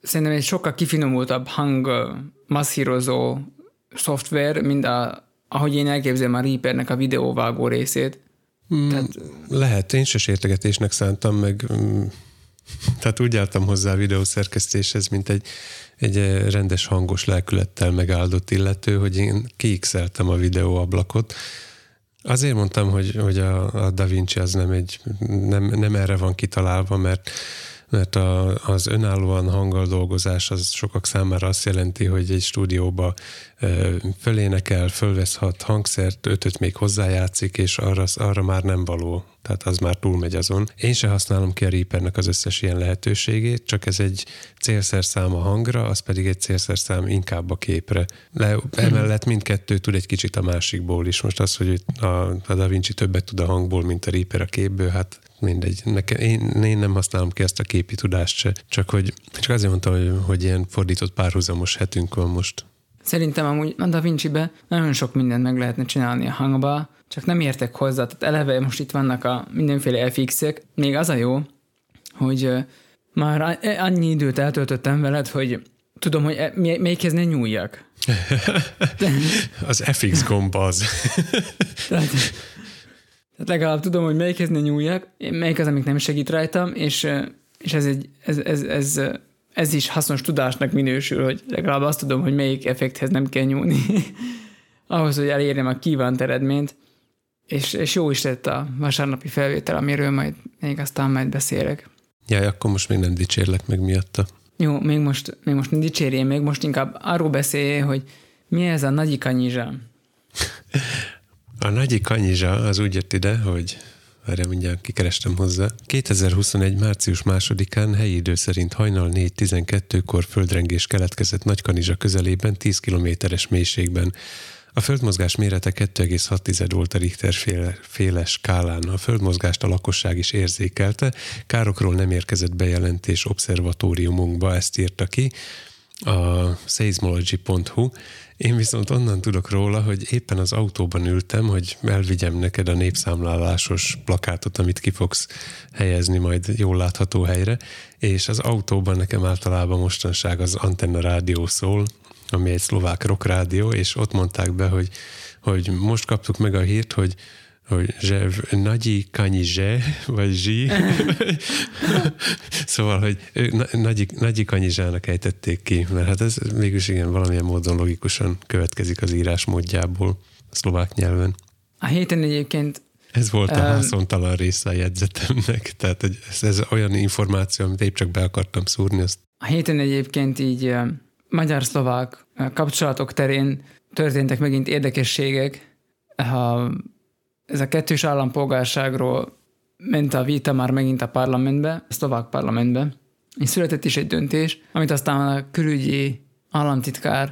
szerintem egy sokkal kifinomultabb hang masszírozó szoftver, mint ahogy én elképzelem a Reapernek a videóvágó részét. Tehát... Lehet, én se sértegetésnek szántam, meg tehát úgy álltam hozzá a videószerkesztéshez, mint egy rendes hangos lelkülettel megáldott illető, hogy én kiixeltem a videóablakot. Azért mondtam, hogy a DaVinci az nem erre van kitalálva, mert az önállóan hanggal dolgozás az sokak számára azt jelenti, hogy egy stúdióba fölénekel, fölvesz 6 hangszert, 5-öt még hozzájátszik, és arra már nem való. Tehát az már túlmegy azon. Én se használom ki a Reapernek az összes ilyen lehetőségét, csak ez egy célszerszám a hangra, az pedig egy célszerszám inkább a képre. Emellett mindkettő tud egy kicsit a másikból is. Most az, hogy a DaVinci többet tud a hangból, mint a Reaper a képből, hát mindegy. Én nem használom ki ezt a képi tudást se. Csak azért mondtam, hogy ilyen fordított párhuzamos hetünk van most. Szerintem amúgy a DaVinci-be nagyon sok mindent meg lehetne csinálni a hangba, csak nem értek hozzá. Tehát eleve most itt vannak a mindenféle FX-ek. Még az a jó, hogy már annyi időt eltöltöttem veled, hogy tudom, hogy melyikhez ne nyúljak. Az FX gomb az. Tehát legalább tudom, hogy melyikhez ne nyúljak, melyik az, amik nem segít rajtam, és ez is hasznos tudásnak minősül, hogy legalább azt tudom, hogy melyik effekthez nem kell nyúlni ahhoz, hogy elérjem a kívánt eredményt, és jó is lett a vasárnapi felvétel, amiről még aztán majd beszélek. Jaj, akkor most még nem dicsérlek meg miatta. Jó, még most ne dicsérjél, még most inkább arról beszélj, hogy mi ez a Nagyi Kanyizsa. A Nagyi Kanyizsa az úgy jött ide, hogy erre mindjárt kikerestem hozzá. 2021. március 2-án helyi idő szerint hajnal 4:12-kor földrengés keletkezett Nagykanizsa közelében 10 kilométeres mélységben. A földmozgás mérete 2,6 volt a Richter féle skálán. A földmozgást a lakosság is érzékelte. Károkról nem érkezett bejelentés obszervatóriumunkba, ezt írta ki a seismology.hu. Én viszont onnan tudok róla, hogy éppen az autóban ültem, hogy elvigyem neked a népszámlálásos plakátot, amit ki fogsz helyezni majd jól látható helyre, és az autóban nekem általában mostanság az Antenna rádió szól, ami egy szlovák rock rádió, és ott mondták be, hogy most kaptuk meg a hírt, hogy Nagyi Kanyizse, vagy Zsi. Szóval, hogy Nagyi Kanyizsának ejtették ki, mert hát ez mégis igen, valamilyen módon logikusan következik az írás módjából a szlovák nyelven. A héten egyébként... Ez volt a haszontalan része a jegyzetemnek, tehát ez olyan információ, amit épp csak be akartam szúrni. Azt... A héten egyébként így magyar-szlovák kapcsolatok terén történtek megint érdekességek. Ez a kettős állampolgárságról ment a vita már megint a parlamentbe, a szlovák parlamentbe, és született is egy döntés, amit aztán a külügyi államtitkár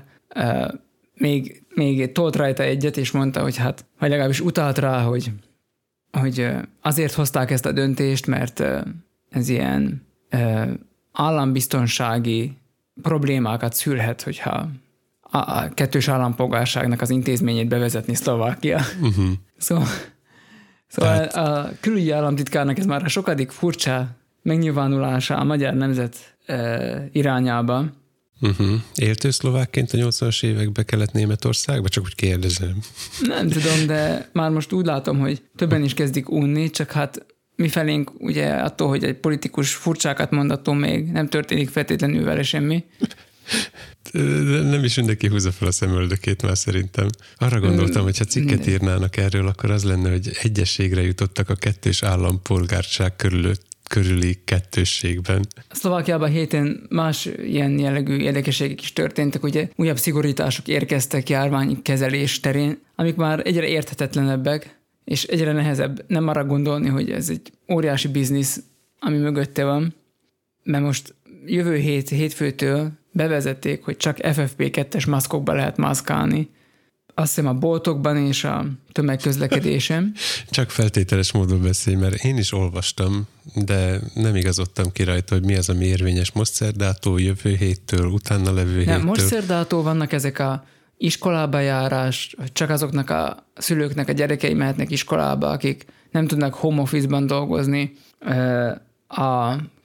még tolt rajta egyet, és mondta, hogy vagy legalábbis utalt rá, hogy azért hozták ezt a döntést, mert ez ilyen állambiztonsági problémákat szülhet, hogyha a kettős állampolgárságnak az intézményét bevezetni Szlovákia. Uh-huh. Szóval a külügyi államtitkárnak ez már a sokadik furcsa megnyilvánulása a magyar nemzet irányába. Uh-huh. Éltő szlovákként a 80-as évekbe kellett Németországba? Csak úgy kérdezem. Nem tudom, de már most úgy látom, hogy többen is kezdik unni, csak mifelénk ugye attól, hogy egy politikus furcsákat mondattól még nem történik feltétlenül vele semmi. Nem is mindenki húzza fel a szemöldökét már szerintem. Arra gondoltam, hogy ha cikket írnának erről, akkor az lenne, hogy egyességre jutottak a kettős állampolgárság körüli kettősségben. Szlovákiában héten más ilyen jellegű érdekességek is történtek, ugye újabb szigorítások érkeztek járványkezelés terén, amik már egyre érthetetlenebbek, és egyre nehezebb nem arra gondolni, hogy ez egy óriási biznisz, ami mögötte van, mert most jövő hétfőtől bevezették, hogy csak FFP2-es maszkokba lehet maszkálni. Azt hiszem a boltokban és a tömegközlekedésen. Csak feltételes módon beszélj, mert én is olvastam, de nem igazodtam ki rajta, hogy mi az, ami érvényes most szerdától, jövő héttől, utána levő héttől. Most szerdától vannak ezek a iskolába járás, csak azoknak a szülőknek a gyerekei mehetnek iskolába, akik nem tudnak home office-ban dolgozni. A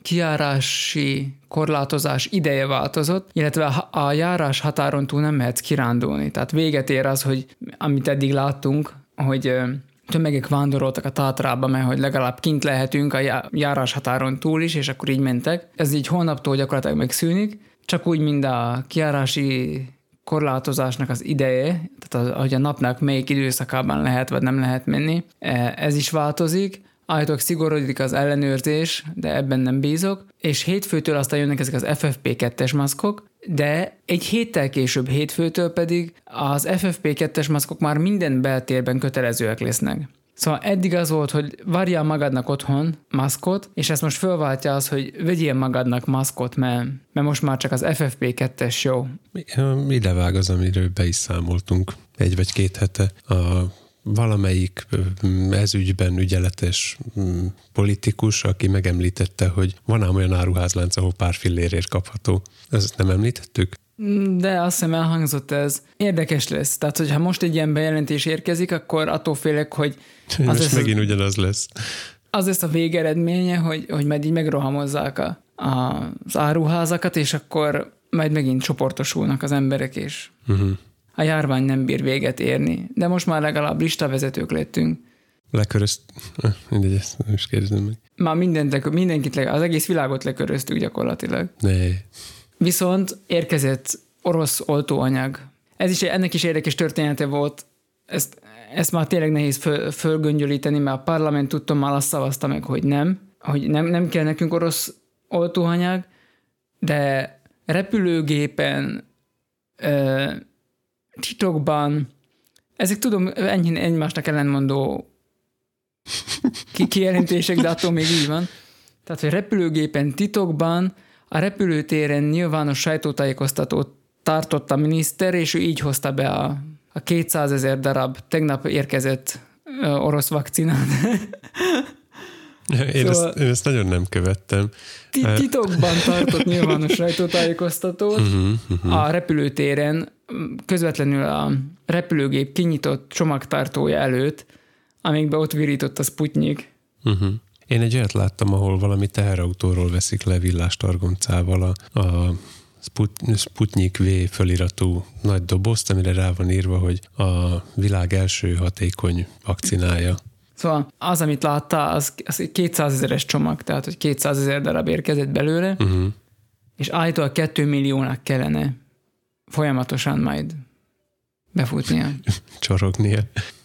kijárási korlátozás ideje változott, illetve a járás határon túl nem mehetsz kirándulni. Tehát véget ér az, hogy amit eddig láttunk, hogy tömegek vándoroltak a Tátrába, mert hogy legalább kint lehetünk a járás határon túl is, és akkor így mentek. Ez így holnaptól gyakorlatilag megszűnik, csak úgy, mint a kijárási korlátozásnak az ideje, tehát hogy a napnak melyik időszakában lehet vagy nem lehet menni, ez is változik. Állítólag szigorúdik az ellenőrzés, de ebben nem bízok, és hétfőtől aztán jönnek ezek az FFP2-es maszkok, de egy héttel később hétfőtől pedig az FFP2-es maszkok már minden beltérben kötelezőek lesznek. Szóval eddig az volt, hogy várjál magadnak otthon maszkot, és ezt most fölváltja az, hogy vegyél magadnak maszkot, mert most már csak az FFP2-es jó. Idevág az, amiről be is számoltunk 1 vagy 2 hete. Valamelyik ezügyben ügyeletes politikus, aki megemlítette, hogy van ám olyan áruházlánc, ahol pár fillérért kapható. Ezt nem említettük? De azt hiszem elhangzott ez. Érdekes lesz. Tehát, hogyha most egy ilyen bejelentés érkezik, akkor attól félek, hogy most megint ugyanaz lesz. Az lesz a végeredménye, hogy majd így megrohamozzák az áruházakat, és akkor majd megint csoportosulnak az emberek, és a járvány nem bír véget érni. De most már legalább listavezetők lettünk. Mindegy, ezt nem is kérdezem meg. Már mindenkit, az egész világot leköröztük gyakorlatilag. Ne. Viszont érkezett orosz oltóanyag. Ennek is érdekes története volt. Ezt már tényleg nehéz fölgöngyölíteni, mert a parlament tudtommal azt szavazta meg, hogy nem kell nekünk orosz oltóanyag, de repülőgépen, titokban, ezek tudom enyhén egymásnak ellentmondó kijelentések, de attól még így van. Tehát, hogy repülőgépen, titokban, a repülőtéren nyilvános sajtótájékoztatót tartott a miniszter, és ő így hozta be a 200 000 darab tegnap érkezett orosz vakcinát. Én ezt nagyon nem követtem. Titokban tartott nyilvános sajtótájékoztatót a repülőtéren, közvetlenül a repülőgép kinyitott csomagtartója előtt, amikbe ott virított a Sputnik. Én egy olyat láttam, ahol valami teherautóról veszik le villástargoncával a Sputnik V föliratú nagy dobozt, amire rá van írva, hogy a világ első hatékony vakcinája. Szóval az, amit látta, az 200 000-es csomag, tehát hogy 200 000 darab érkezett belőle, és állítólag 2 milliónak kellene folyamatosan majd befutnia. Csorognia.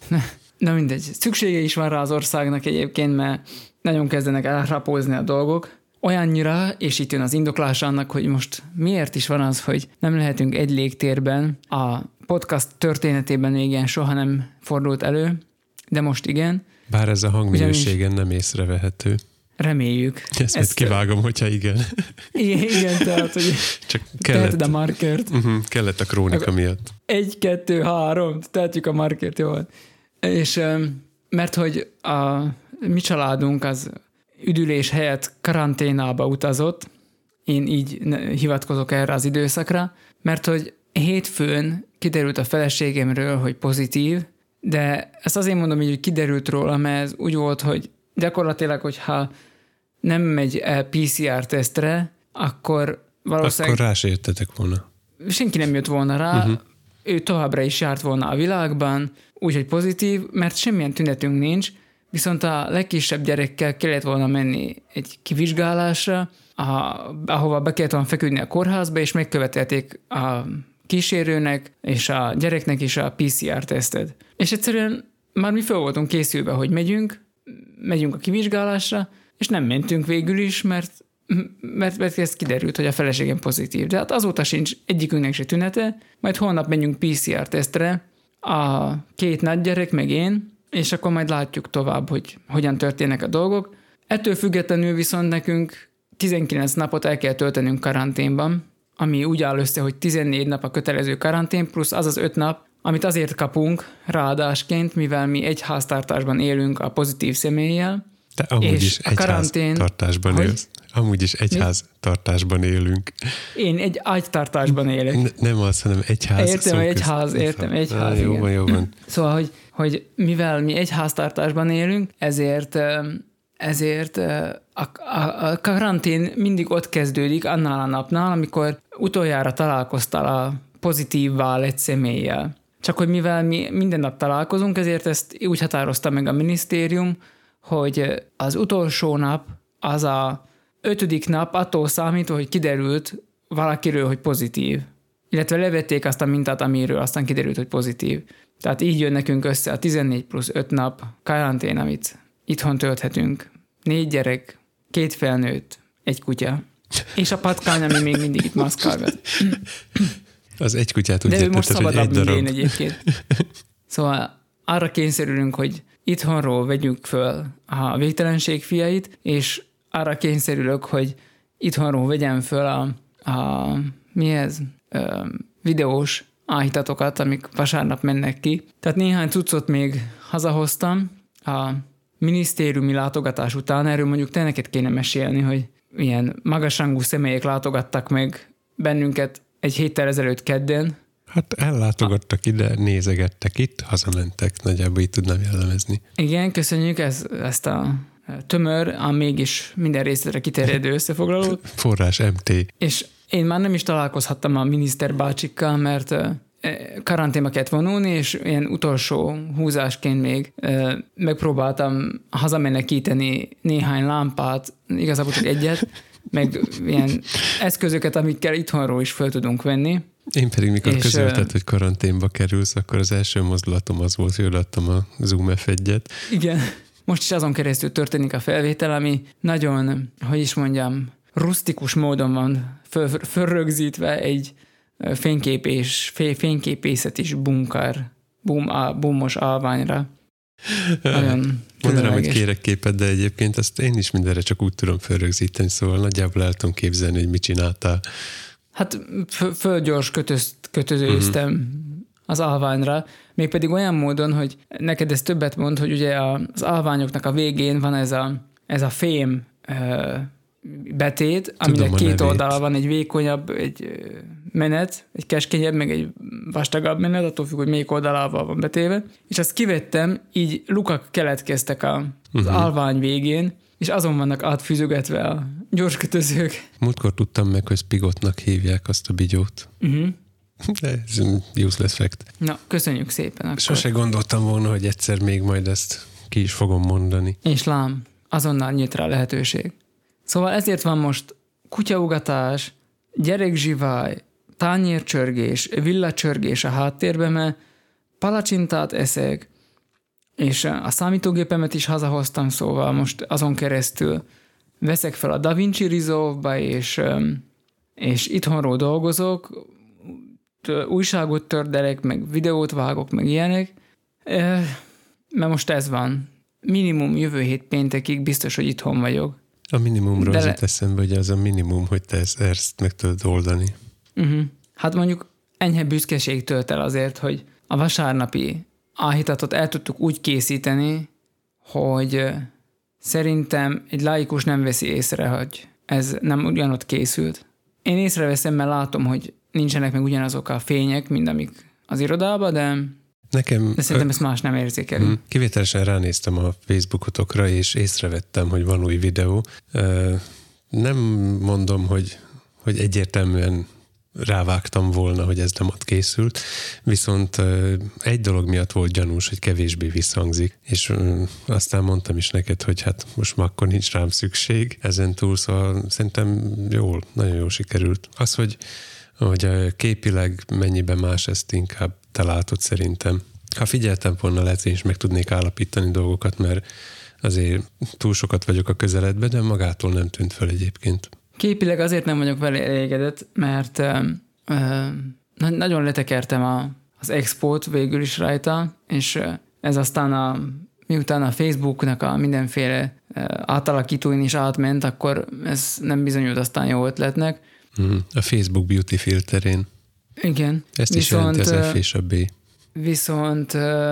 Na mindegy. Szüksége is van rá az országnak egyébként, mert nagyon kezdenek elrapózni a dolgok. Olyannyira, és itt jön az indoklás annak, hogy most miért is van az, hogy nem lehetünk egy légtérben. A podcast történetében még ilyen soha nem fordult elő, de most igen. Bár ez a hangminőségen nem észrevehető. Reméljük. Ezt kivágom, hogyha igen. Igen, tehát, hogy csak kellett a markert. Kellett a krónika miatt. 1, 2, 3, tehetjük a markert, jól. És mert hogy a mi családunk az üdülés helyett karanténába utazott, én így hivatkozok erre az időszakra, mert hogy hétfőn kiderült a feleségemről, hogy pozitív, de ezt azért mondom, hogy kiderült róla, mert ez úgy volt, hogy gyakorlatilag, hogyha nem megy el PCR-tesztre, akkor valószínűleg... Akkor rá se jöttetek volna. Senki nem jött volna rá, ő továbbra is járt volna a világban, úgyhogy pozitív, mert semmilyen tünetünk nincs, viszont a legkisebb gyerekkel kellett volna menni egy kivizsgálásra, ahova be kellett volna feküdni a kórházba, és megkövetelték a kísérőnek és a gyereknek is a PCR-tesztet. És egyszerűen már mi fel voltunk készülve, hogy megyünk a kivizsgálásra, és nem mentünk végül is, mert ez kiderült, hogy a feleségem pozitív. De hát azóta sincs egyikünknek se tünete, majd holnap menjünk PCR-tesztre, a 2 nagy gyerek meg én, és akkor majd látjuk tovább, hogy hogyan történnek a dolgok. Ettől függetlenül viszont nekünk 19 napot el kell töltenünk karanténban, ami úgy áll össze, hogy 14 nap a kötelező karantén, plusz az az 5 nap, amit azért kapunk ráadásként, mivel mi egy háztartásban élünk a pozitív személlyel. Te amúgy is egy háztartásban élsz. Amúgy is egy háztartásban élünk. Én egy ágytartásban élek. Nem az, hanem egy ház. Értem, egy ház. Jó van. Szóval, hogy mivel mi egy háztartásban élünk, ezért ezért a karantén mindig ott kezdődik annál a napnál, amikor utoljára találkoztál a pozitívvá lett személlyel. Csak hogy mivel mi minden nap találkozunk, ezért ezt úgy határozta meg a minisztérium, hogy az utolsó nap, az a 5. nap attól számít, hogy kiderült valakiről, hogy pozitív. Illetve levették azt a mintát, amiről aztán kiderült, hogy pozitív. Tehát így jön nekünk össze a 14+5 nap karantén, amit itthon tölthetünk. 4 gyerek, 2 felnőtt, 1 kutya. És a patkány, ami még mindig itt maszkálgat. Az egy kutyát úgy értetted, hogy egy darab. De ő most szabadabb, mint én egyébként. Szóval arra kényszerülünk, hogy itthonról vegyünk föl a végtelenség fiait, és arra kényszerülök, hogy itthonról vegyem föl a videós áhítatokat, amik vasárnap mennek ki. Tehát néhány cuccot még hazahoztam a minisztériumi látogatás után. Erről mondjuk te neked kéne mesélni, hogy ilyen magasrangú személyek látogattak meg bennünket egy héttel ezelőtt kedden. Hát ellátogattak ide, nézegettek itt, hazamentek, nagyjából így tudnám jellemezni. Igen, köszönjük ezt a tömör, mégis minden részletre kiterjedő összefoglalót. Forrás MT. És én már nem is találkozhattam a miniszter bácsikkal, mert karanténba kellett vonulni, és ilyen utolsó húzásként még megpróbáltam hazamenekíteni néhány lámpát, igazából csak egyet, meg ilyen eszközöket, amikkel itthonról is föl tudunk venni. Én pedig mikor közölted, hogy karanténba kerülsz, akkor az első mozdulatom az volt, hogy odaadtam a Zoom F1-et. Igen. Most is azon keresztül történik a felvétel, ami nagyon, hogy is mondjam, rusztikus módon van fölrögzítve egy fényképészetis bunkár, bumos állványra. Nagyon mondanám, hogy kérek képet, de egyébként azt én is mindenre csak úgy tudom fölrögzíteni, szóval nagyjából el tudom képzelni, hogy mit csináltál. Hát fölgyors kötözőztem az állványra, mégpedig olyan módon, hogy neked ez többet mond, hogy ugye az állványoknak a végén van ez a fém betét, aminek 2 oldala van, egy vékonyabb, egy menet, egy keskenyebb, meg egy vastagabb menet, attól függ, hogy melyik oldalával van betéve. És azt kivettem, így lukak keletkeztek az állvány végén, és azon vannak átfűzögetve a gyorskötözők. Múltkor tudtam meg, hogy Spigotnak hívják azt a bigyót. De ez useless fact. Na, köszönjük szépen. Akkor. Sose gondoltam volna, hogy egyszer még majd ezt ki is fogom mondani. És lám, azonnal nyit rá lehetőség. Szóval ezért van most kutyaugatás, gyerekzsivály, tányércsörgés, villacsörgés a háttérben, mert palacsintát eszek, és a számítógépemet is hazahoztam, szóval most azon keresztül veszek fel a DaVinci Resolve-ba, és itthonról dolgozok, újságot tördelek, meg videót vágok, meg ilyenek, mert most ez van. Minimum jövő hét péntekig biztos, hogy itthon vagyok. A minimumról az jut eszembe, hogy az a minimum, hogy te ezt meg tudod oldani. Hát mondjuk enyhe büszkeség tölt el azért, hogy a vasárnapi áhítatot el tudtuk úgy készíteni, hogy szerintem egy laikus nem veszi észre, hogy ez nem ugyanott készült. Én észreveszem, mert látom, hogy nincsenek meg ugyanazok a fények, mint amik az irodában, de szerintem ezt más nem érzékeli. Kivételesen ránéztem a Facebookotokra, és észrevettem, hogy van új videó. Nem mondom, hogy egyértelműen rávágtam volna, hogy ez nem ott készült, viszont egy dolog miatt volt gyanús, hogy kevésbé visszhangzik, és aztán mondtam is neked, hogy hát most már akkor nincs rám szükség ezen túl, szóval szerintem nagyon jól sikerült. Az, hogy képileg mennyiben más, ezt inkább te látod szerintem. Ha figyeltem volna, lehet, én is meg tudnék állapítani dolgokat, mert azért túl sokat vagyok a közeledben, de magától nem tűnt fel egyébként. Képileg azért nem vagyok vele elégedett, mert nagyon letekertem az expót végül is rajta, és ez aztán miután a Facebooknak a mindenféle átalakítóin is átment, akkor ez nem bizonyult aztán jó ötletnek. A Facebook beauty filterén. Igen. Ezt is jelenti az F és a B. Viszont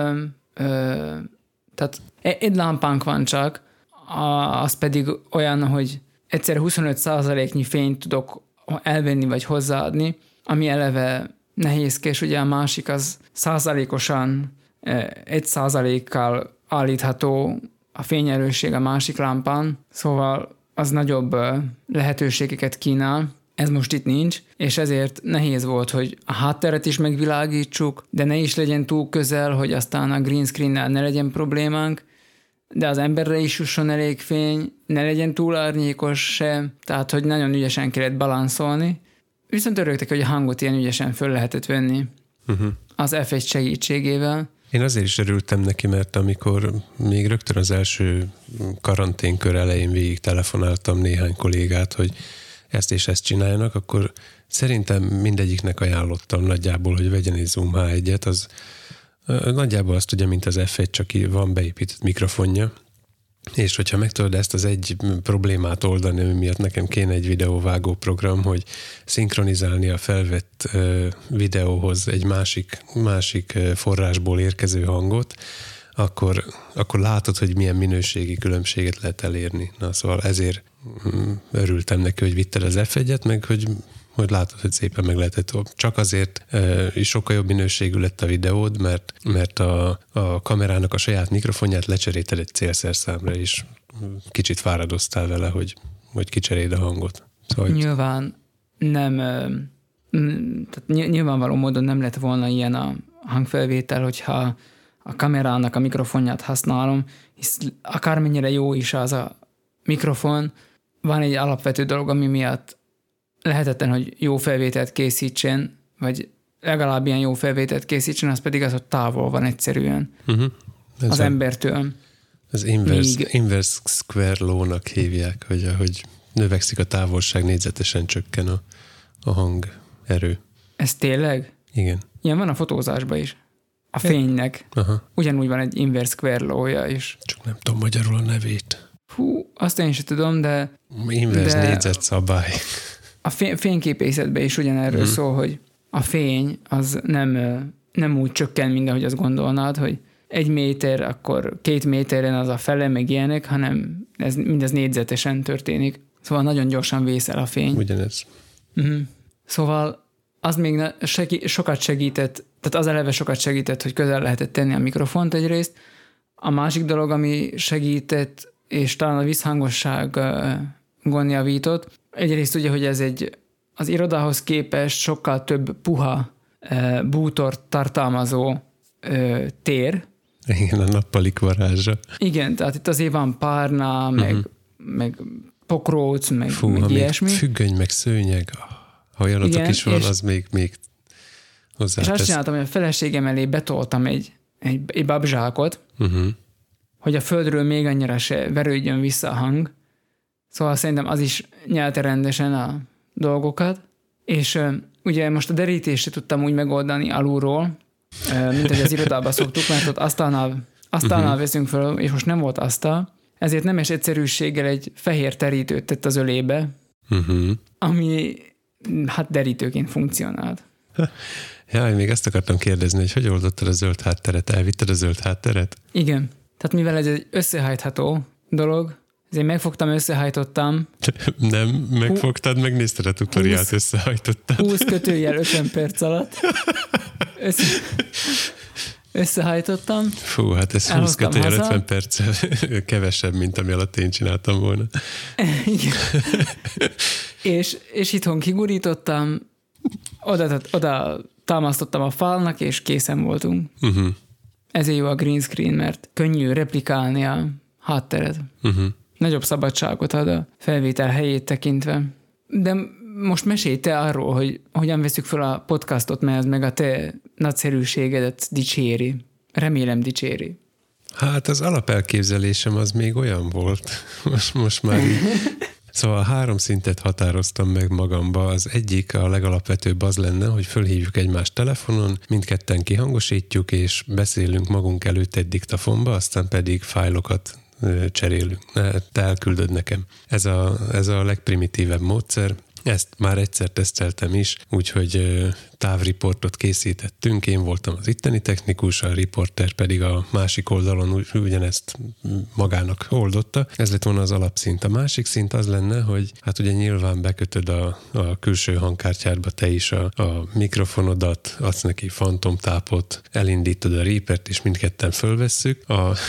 tehát egy lámpánk van csak, az pedig olyan, hogy egyszer 25%-nyi fényt tudok elvenni vagy hozzáadni, ami eleve nehézkes, ugye a másik az 100%-kal állítható a fényerősség a másik lámpán, szóval az nagyobb lehetőségeket kínál. Ez most itt nincs, és ezért nehéz volt, hogy a hátteret is megvilágítsuk, de ne is legyen túl közel, hogy aztán a green screen-nel ne legyen problémánk, de az emberre is jusson elég fény, ne legyen túl árnyékos se, tehát hogy nagyon ügyesen kellett balanszolni. Viszont örültek, hogy a hangot ilyen ügyesen föl lehetett venni az F1 segítségével. Én azért is örültem neki, mert amikor még rögtön az első karanténkör elején végig telefonáltam néhány kollégát, hogy ezt és ezt csináljanak, akkor szerintem mindegyiknek ajánlottam nagyjából, hogy vegyen egy Zoom H1-et, az nagyjából azt tudja, mint az F1, csak van beépített mikrofonja, és hogyha meg tudod ezt az egy problémát oldani, ami miatt nekem kéne egy videóvágó program, hogy szinkronizálni a felvett videóhoz egy másik forrásból érkező hangot, akkor látod, hogy milyen minőségi különbséget lehet elérni. Na, szóval ezért örültem neki, hogy vitted az F1-et, meg hogy látod, hogy szépen meg lehetett. Csak azért is sokkal jobb minőségű lett a videód, mert a kamerának a saját mikrofonját lecserélted egy célszerszámra, és kicsit fáradoztál vele, hogy kicseréld a hangot. Szóval, nyilván nem, tehát nyilvánvaló módon nem lett volna ilyen a hangfelvétel, hogyha a kamerának a mikrofonját használom, hisz akármennyire jó is az a mikrofon, van egy alapvető dolog, ami miatt lehetetlen, hogy jó felvételt készítsen, vagy legalább ilyen jó felvételt készítsen, az pedig az, hogy távol van egyszerűen az embertől. Az inverse square law-nak hívják, hogy ahogy növekszik a távolság, négyzetesen csökken a hangerő. Ez tényleg? Igen. Ilyen van a fotózásban is. A fénynek. Aha. Ugyanúgy van egy inverse square law-ja is. Csak nem tudom magyarul a nevét. Hú, azt én sem tudom, de... Inverse négyzet szabály. A fényképészetben is ugyanerről szól, hogy a fény az nem úgy csökken, mint ahogy azt gondolnád, hogy 1 méter, akkor 2 méteren az a fele, meg ilyenek, hanem mindez négyzetesen történik. Szóval nagyon gyorsan vészel a fény. Ugyanez. Szóval az még sokat segített, tehát az eleve sokat segített, hogy közel lehetett tenni a mikrofont egyrészt. A másik dolog, ami segített, és talán a visszhangosságon javított, egyrészt ugye, hogy ez az irodához képest sokkal több puha bútort tartalmazó tér. Igen, a nappalik varázsa. Igen, tehát itt azért van párna, meg pokróc, meg ilyesmi. Függöny, meg szőnyeg. Ha olyanotok is van, az még hozzátesz. És azt csináltam, hogy a feleségem elé betoltam egy babzsákot, hogy a földről még annyira se verődjön vissza a hang. Szóval szerintem az is nyelte rendesen a dolgokat. És ugye most a derítést tudtam úgy megoldani alulról, mint hogy az irodában szoktuk, mert ott asztalnál veszünk föl, és most nem volt asztal, ezért nemes egyszerűséggel egy fehér terítőt tett az ölébe, ami hát derítőként funkcionált. Jaj, még ezt akartam kérdezni, hogy oldottad a zöld hátteret? Elvitted a zöld hátteret? Igen. Tehát mivel ez egy összehajtható dolog, ezért megfogtam, összehajtottam. Nem, megfogtad, megnézted a tutoriált, összehajtottad. 20 kötőjel 50 perc alatt. Összehajtottam. Fú, hát ez 20 kötőjel 50 perc kevesebb, mint ami alatt én csináltam volna. Igen. és itthon kigurítottam, oda támasztottam a falnak, és készen voltunk. Ezért jó a green screen, mert könnyű replikálni a hátteret. Nagyobb szabadságot ad a felvétel helyét tekintve. De most mesélj te arról, hogy hogyan veszük fel a podcastot, mert ez meg a te nagyszerűségedet dicséri. Remélem dicséri. Hát az alapelképzelésem az még olyan volt. Most már így. Szóval 3 szintet határoztam meg magamba. Az egyik, a legalapvetőbb az lenne, hogy fölhívjuk egymást telefonon, mindketten kihangosítjuk, és beszélünk magunk előtt egy diktafonba, aztán pedig fájlokat cserélünk. Te elküldöd nekem. Ez a legprimitívebb módszer. Ezt már egyszer teszteltem is, úgyhogy távriportot készítettünk. Én voltam az itteni technikus, a riporter pedig a másik oldalon ugyanezt magának oldotta. Ez lett volna az alapszint. A másik szint az lenne, hogy hát ugye nyilván bekötöd a külső hangkártyádba te is a mikrofonodat, adsz neki fantomtápot, elindítod a Reapert, és mindketten fölvesszük.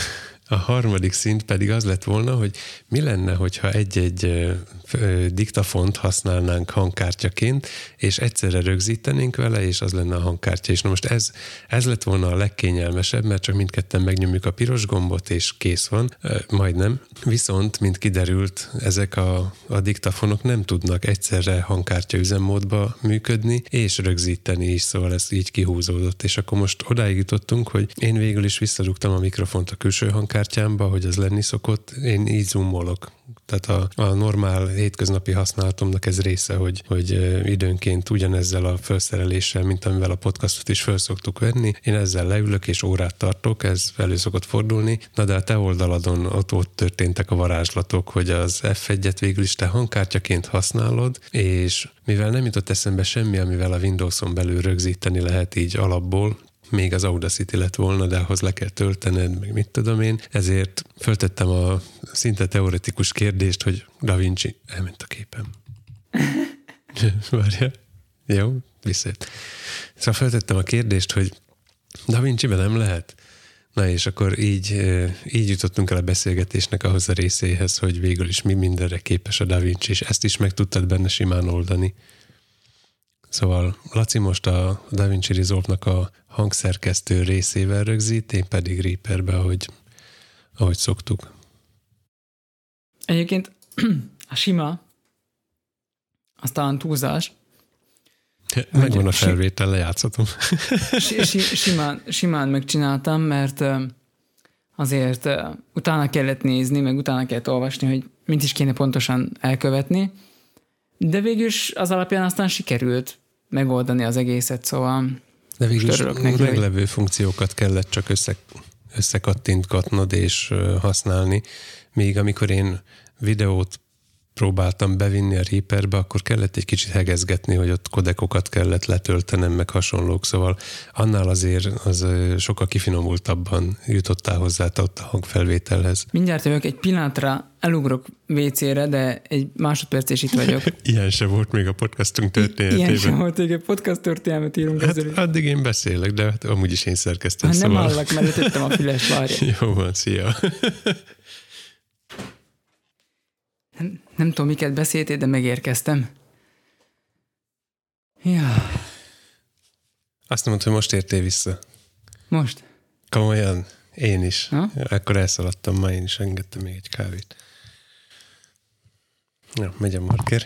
A harmadik szint pedig az lett volna, hogy mi lenne, hogyha egy-egy diktafont használnánk hangkártyaként, és egyszerre rögzítenénk vele, és az lenne a hangkártya. És na most ez lett volna a legkényelmesebb, mert csak mindketten megnyomjuk a piros gombot, és kész van, majdnem. Viszont, mint kiderült, ezek a diktafonok nem tudnak egyszerre hangkártya üzemmódba működni, és rögzíteni is, szóval ez így kihúzódott. És akkor most odáig jutottunk, hogy én végül is visszarúgtam a mikrofont a külső hangkártyámba, hogy az lenni szokott, én így zoomolok. Tehát a normál hétköznapi használatomnak ez része, hogy időnként ugyanezzel a felszereléssel, mint amivel a podcastot is föl szoktuk venni, én ezzel leülök és órát tartok, ez elő szokott fordulni, na de a te oldaladon ott történtek a varázslatok, hogy az F1-et végül is te hangkártyaként használod, és mivel nem jutott eszembe semmi, amivel a Windowson belül rögzíteni lehet így alapból, még az Audacity lett volna, de ahhoz le kell töltened, meg mit tudom én. Ezért föltettem a szinte teoretikus kérdést, hogy DaVinci... Elment a képem. Várja. Jó, visszajött. Szóval föltettem a kérdést, hogy DaVinci-ben nem lehet? Na és akkor így jutottunk el a beszélgetésnek ahhoz a részéhez, hogy végül is mi mindenre képes a DaVinci, és ezt is meg tudtad benne simán oldani. Szóval Laci most a DaVinci Resolve-nak a hangszerkesztő részével rögzít, én pedig Reaperbe, ahogy szoktuk. Egyébként a sima, az talán túlzás. Megvan a felvétel, lejátszhatom. Simán megcsináltam, mert azért utána kellett nézni, meg utána kellett olvasni, hogy mit is kéne pontosan elkövetni, de végülis az alapján aztán sikerült megoldani az egészet, szóval de végülis meglevő funkciókat kellett csak összekattintgatnod és használni, míg amikor én videót próbáltam bevinni a Reaperbe, akkor kellett egy kicsit hegezgetni, hogy ott kodekokat kellett letöltenem, meg hasonlók, szóval annál azért az sokkal kifinomultabban jutottál hozzá ott a hangfelvételhez. Mindjárt jövök, egy pillanatra elugrok WC-re, de egy másodperc és itt vagyok. Ilyen se volt még a podcastunk történetében. Ilyen se volt, hogy a podcast történelmet írunk hát, ezzel. Addig én beszélek, de hát amúgy is én szerkeztem. Hát nem hallak, mert letettem a füles, várj. Jó van, szia. Nem tudom, miket beszéltél, de megérkeztem. Ja. Azt mondod, hogy most értél vissza. Most? Komolyan? Én is. Ha? Akkor elszaladtam, ma én is engedtem még egy kávét. Ja, megy a marker.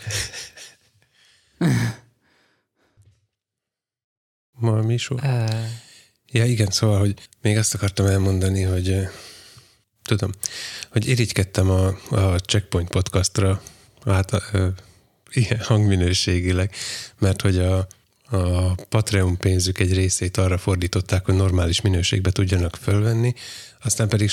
Ma mi is volt? Ja, igen, szóval, hogy még azt akartam elmondani, hogy tudom, hogy irigykedtem a Checkpoint podcastra, hát ilyen hangminőségileg, mert hogy a Patreon pénzük egy részét arra fordították, hogy normális minőségbe tudjanak fölvenni, aztán pedig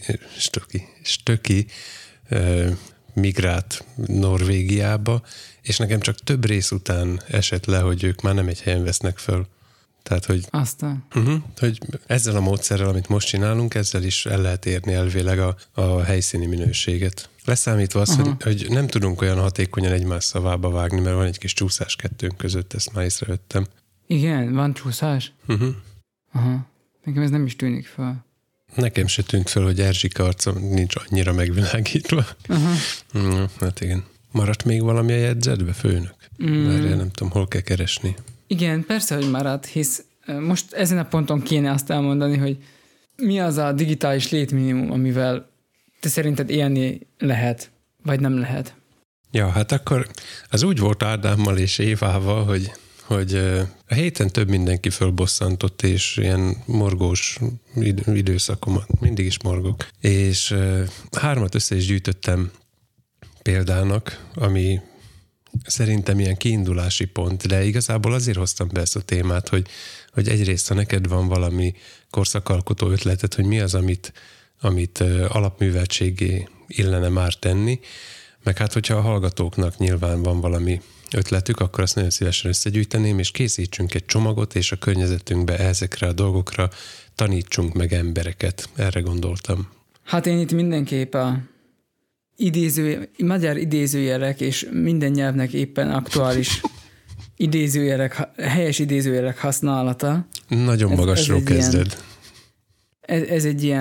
stöki migrált Norvégiába, és nekem csak több rész után esett le, hogy ők már nem egy helyen vesznek föl. Tehát, hogy, hogy ezzel a módszerrel, amit most csinálunk, ezzel is el lehet érni elvileg a helyszíni minőséget. Leszámítva azt, hogy nem tudunk olyan hatékonyan egymás szavába vágni, mert van egy kis csúszás kettőnk között, ezt már észrevettem. Igen, van csúszás? Aha. Nekem ez nem is tűnik fel. Nekem se tűnt fel, hogy Erzsika arca nincs annyira megvilágítva. Hát igen. Maradt még valami a jegyzetbe, főnök? Várjál, nem tudom, hol kell keresni. Igen, persze, hogy maradt, hisz most ezen a ponton kéne azt elmondani, hogy mi az a digitális létminimum, amivel te szerinted élni lehet, vagy nem lehet? Ja, hát akkor az úgy volt Ádámmal és Évával, hogy a héten több mindenki fölbosszantott, és ilyen morgós időszakomat, mindig is morgok. És 3 össze is gyűjtöttem példának, ami szerintem ilyen kiindulási pont, de igazából azért hoztam be ezt a témát, hogy egyrészt, ha neked van valami korszakalkotó ötleted, hogy mi az, amit alapműveltségé illene már tenni, meg hát, hogyha a hallgatóknak nyilván van valami ötletük, akkor azt nagyon szívesen összegyűjteném, és készítsünk egy csomagot, és a környezetünkbe ezekre a dolgokra tanítsunk meg embereket. Erre gondoltam. Hát én itt mindenképp a magyar idézőjelek és minden nyelvnek éppen aktuális helyes idézőjelek használata. Nagyon magasról kezded. Ez egy ilyen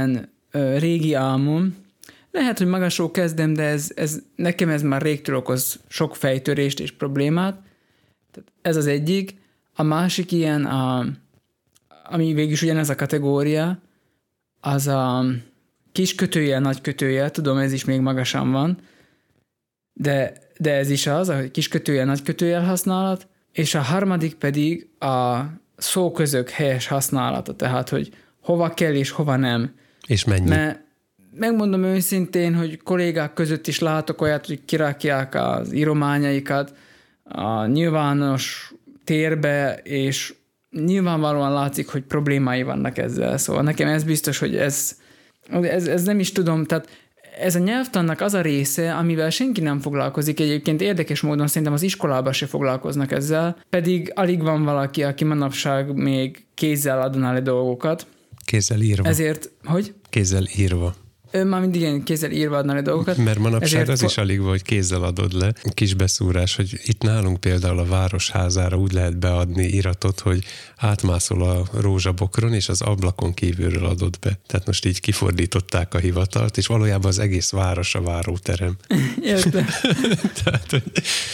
régi álmom. Lehet, hogy magasról kezdem, de nekem ez már régtől okoz sok fejtörést és problémát. Tehát ez az egyik. A másik ilyen, ami végülis ugyanez a kategória, az a kis kötőjel, nagy kötőjel, tudom, ez is még magasan van, de ez is az, a kis kötőjel, nagy kötőjel használat, és a harmadik pedig a szóközök helyes használata, tehát, hogy hova kell és hova nem. És mennyi? Mert megmondom őszintén, hogy kollégák között is látok olyat, hogy kirakják az írományaikat a nyilvános térbe, és nyilvánvalóan látszik, hogy problémái vannak ezzel. Szóval nekem ez biztos, hogy ez nem is tudom, tehát ez a nyelvtannak az a része, amivel senki nem foglalkozik. Egyébként érdekes módon szerintem az iskolában se foglalkoznak ezzel, pedig alig van valaki, aki manapság még kézzel adna le dolgokat. Kézzel írva. Ezért, hogy? Kézzel írva. Már mindig kézzel írva adna le dolgokat. Mert manapság az is alig van, hogy kézzel adod le. Kis beszúrás, hogy itt nálunk például a városházára úgy lehet beadni iratot, hogy átmászol a rózsabokron, és az ablakon kívülről adod be. Tehát most így kifordították a hivatalt, és valójában az egész város a váróterem. Értem. Tehát, hogy...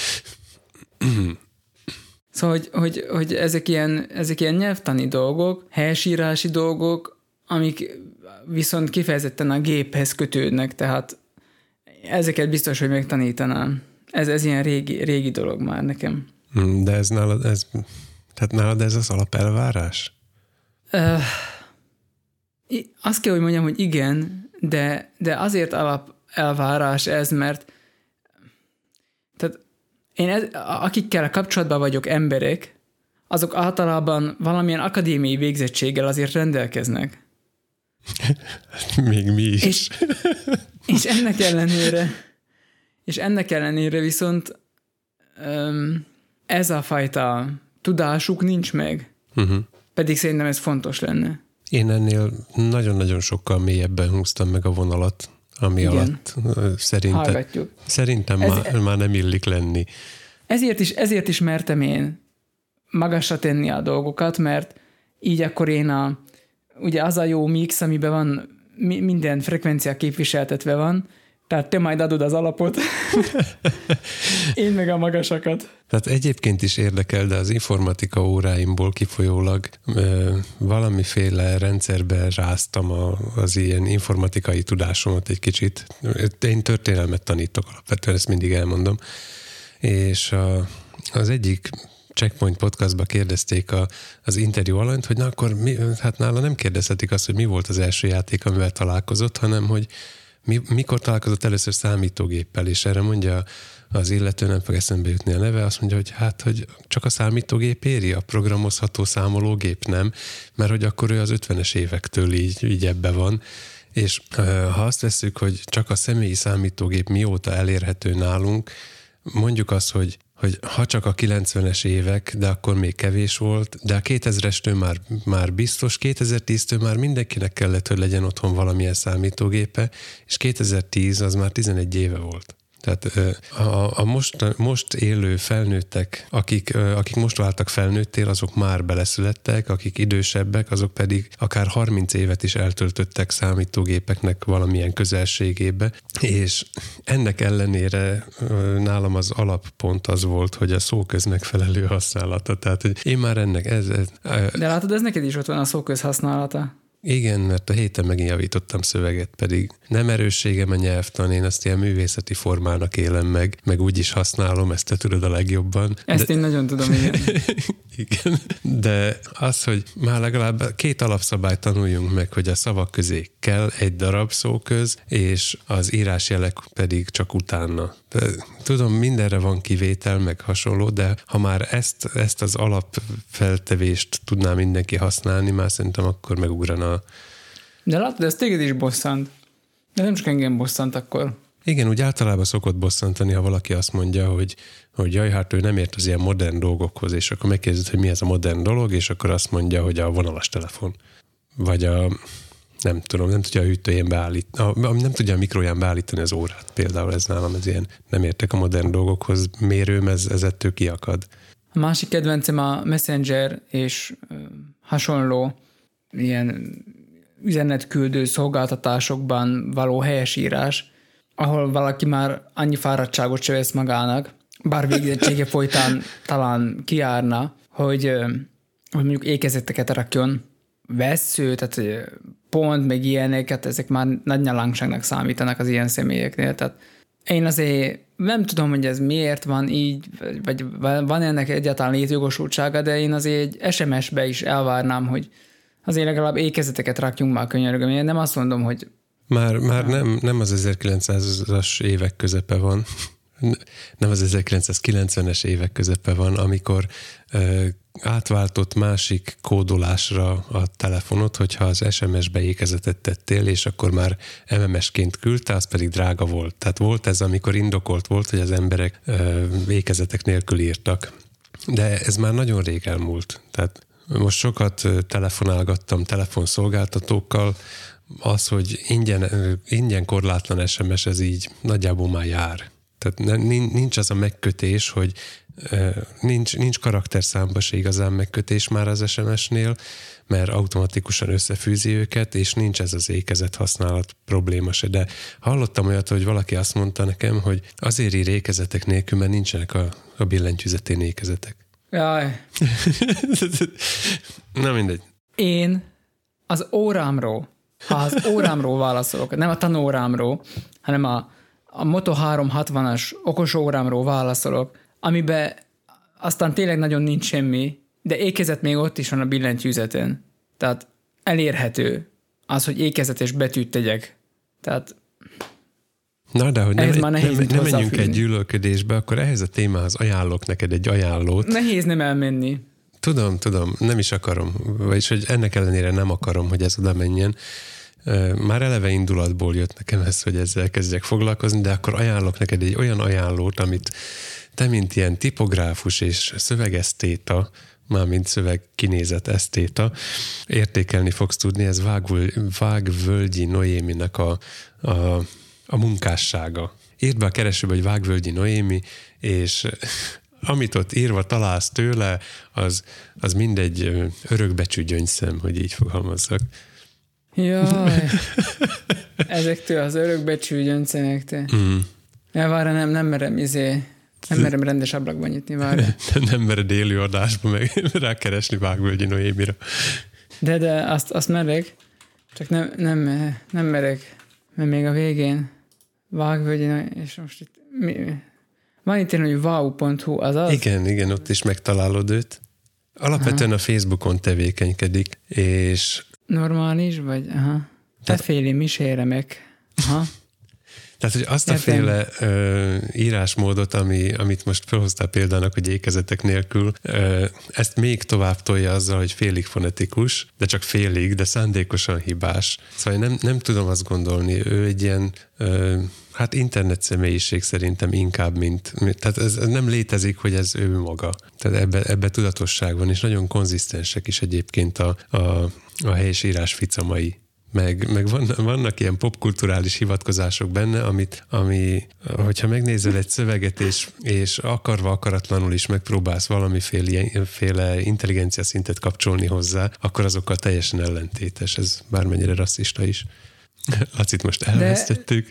Szóval, hogy ezek ilyen nyelvtani dolgok, helyesírási dolgok, amik viszont kifejezetten a géphez kötődnek, tehát ezeket biztos, hogy megtanítanám. Ez ilyen régi dolog már nekem. De ez nálad ez az alapelvárás? Azt kell, hogy mondjam, hogy igen, de azért alapelvárás ez, mert tehát én akikkel kapcsolatban vagyok emberek, azok általában valamilyen akadémiai végzettséggel azért rendelkeznek. Még mi is. És ennek ellenére viszont ez a fajta tudásuk nincs meg. Uh-huh. Pedig szerintem ez fontos lenne. Én ennél nagyon-nagyon sokkal mélyebben húztam meg a vonalat, ami igen. Alatt szerintem már nem illik lenni. Ezért is mertem én magasra tenni a dolgokat, mert így akkor én ugye az a jó mix, amiben van minden frekvencia képviseltetve van, tehát te majd adod az alapot, én meg a magasakat. Tehát egyébként is érdekel, de az informatika óráimból kifolyólag valamiféle rendszerbe ráztam az ilyen informatikai tudásomat egy kicsit. Én történelmet tanítok alapvetően, ezt mindig elmondom. És az egyik Checkpoint podcastba kérdezték az interjú alanyt, hogy na akkor hát nála nem kérdezhetik azt, hogy mi volt az első játék, amivel találkozott, hanem hogy mikor találkozott először számítógéppel, és erre mondja az illető, nem fog eszembe jutni a neve, azt mondja, hogy csak a számítógép éri, a programozható számológép nem, mert hogy akkor ő az 50-es évektől így ebbe van, és ha azt vesszük, hogy csak a személyi számítógép mióta elérhető nálunk, mondjuk azt, hogy ha csak a 90-es évek, de akkor még kevés volt, de a 2000-estől már biztos, 2010-től már mindenkinek kellett, hogy legyen otthon valamilyen számítógépe, és 2010 az már 11 éve volt. Tehát a most élő felnőttek, akik most váltak felnőttél, azok már beleszülettek, akik idősebbek, azok pedig akár 30 évet is eltöltöttek számítógépeknek valamilyen közelségébe, és ennek ellenére nálam az alappont az volt, hogy a szóköz megfelelő használata. Tehát, hogy én már ennek De látod, ez neked is ott van a szóköz használata? Igen, mert a héten megint javítottam szöveget, pedig nem erősségem a nyelvtan, én azt ilyen művészeti formának élem meg úgy is használom, ezt te tudod a legjobban. Ezt én nagyon tudom, igen. Igen, de az, hogy már legalább 2 alapszabályt tanuljunk meg, hogy a szavak közé kell egy darab szóköz, és az írásjelek pedig csak utána. De, tudom, mindenre van kivétel, meg hasonló, de ha már ezt az alapfeltevést tudná mindenki használni, már szerintem akkor megugrana. De látod, ez téged is bosszant. De nem csak engem bosszant akkor. Igen, úgy általában szokott bosszantani, ha valaki azt mondja, hogy jaj, hát ő nem ért az ilyen modern dolgokhoz, és akkor megkérdezed, hogy mi ez a modern dolog, és akkor azt mondja, hogy a vonalas telefon. Vagy nem tudja a hűtőjén beállítani, nem tudja a mikróján beállítani az órát. Például ez nálam, ez ilyen nem értek a modern dolgokhoz, mérőm, ez ettől kiakad. A másik kedvencem a Messenger és hasonló ilyen üzenetküldő szolgáltatásokban való helyesírás, ahol valaki már annyi fáradtságot se vesz magának, bár végzettsége folytán talán kijárna, hogy mondjuk ékezeteket rakjon, vessző, tehát pont, meg ilyeneket, ezek már nagy nyalánkságnak számítanak az ilyen személyeknél. Tehát én azért nem tudom, hogy ez miért van így, vagy van ennek egyáltalán létjogosultsága, de én azért egy SMS-be is elvárnám, hogy azért legalább ékezeteket rakjunk már, könyörgöm. Én nem azt mondom, hogy... Már nem az 1900-as évek közepe van, nem az 1990-es évek közepe van, amikor átváltott másik kódolásra a telefonot, hogyha az SMS-be ékezetet tettél, és akkor már MMS-ként küldte, az pedig drága volt. Tehát volt ez, amikor indokolt volt, hogy az emberek ékezetek nélkül írtak. De ez már nagyon rég elmúlt. Tehát most sokat telefonálgattam telefonszolgáltatókkal, az, hogy ingyen korlátlan SMS, ez így nagyjából már jár. Tehát nincs az a megkötés, hogy nincs karakterszámba se igazán megkötés már az SMS-nél, mert automatikusan összefűzi őket, és nincs ez az ékezet használat probléma se. De hallottam olyat, hogy valaki azt mondta nekem, hogy azért ír ékezetek nélkül, mert nincsenek a billentyűzetén ékezetek. Jaj. Na mindegy. Én az órámról, ha az órámról válaszolok, nem a tanórámról, hanem a Moto 360-as okos órámról válaszolok, amiben aztán tényleg nagyon nincs semmi, de ékezet még ott is van a billentyűzeten. Tehát elérhető az, hogy ékezetes betűt tegyek. Tehát na, de hogy nem menjünk egy gyűlölködésbe, akkor ehhez a témához ajánlok neked egy ajánlót. Nehéz nem elmenni. Tudom, nem is akarom. Vagyis, hogy ennek ellenére nem akarom, hogy ez oda menjen. Már eleve indulatból jött nekem ez, hogy ezzel kezdjek foglalkozni, de akkor ajánlok neked egy olyan ajánlót, amit te, mint ilyen tipográfus és szövegesztéta, mármint szövegkinézet esztéta, értékelni fogsz tudni, ez Vágvölgyi Noéminek a munkássága. Írd be a keresőbe, hogy Vágvölgyi Noémi, és amit ott írva találsz tőle, az mindegy örökbecsű gyöngyszem, hogy így fogalmazzak. Jaj, ezektől az örökbecsű gyöngyszemektől. Ja, várja, nem merem rendes ablakban nyitni, várja. Nem mered élő adásba meg rákeresni Vágvölgyi Noémira. De azt merek, csak nem merek, mert még a végén Vágvölgyi Noémi, és most itt van itt hogy wow.hu, azaz? Igen, ott is megtalálod őt. Alapvetően a Facebookon tevékenykedik, és normális, vagy? Aha. Teféli miséremek. Aha. Tehát, hogy azt a féle írásmódot, amit most felhoztál példának, hogy ékezetek nélkül, ezt még tovább tolja azzal, hogy félig fonetikus, de csak félig, de szándékosan hibás. Szóval nem tudom azt gondolni, ő egy ilyen internet személyiség szerintem inkább, tehát ez nem létezik, hogy ez ő maga. Tehát ebbe tudatosság van, és nagyon konzisztensek is egyébként a helyesírás ficamai. Meg vannak ilyen popkulturális hivatkozások benne, ami hogyha megnézel egy szöveget, és akarva akaratlanul is megpróbálsz valamiféle intelligencia szintet kapcsolni hozzá, akkor azokkal teljesen ellentétes, ez bármennyire rasszista is. Lacit most elvesztettük.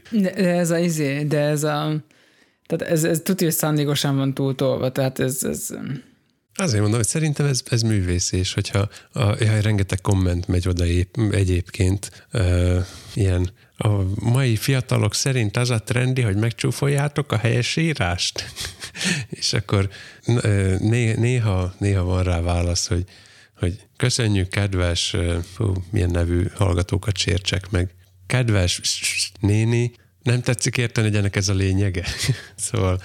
Tehát ez tudja, hogy szándékosan van túltolva, tehát ez azért mondom, hogy szerintem ez művészés, hogyha rengeteg komment megy oda egyébként, ilyen a mai fiatalok szerint az a trendi, hogy megcsúfoljátok a helyes írást. És akkor néha van rá válasz, hogy köszönjük, kedves, milyen nevű hallgatókat sértsek meg. Kedves néni, nem tetszik érteni, hogy ennek ez a lényege? Szóval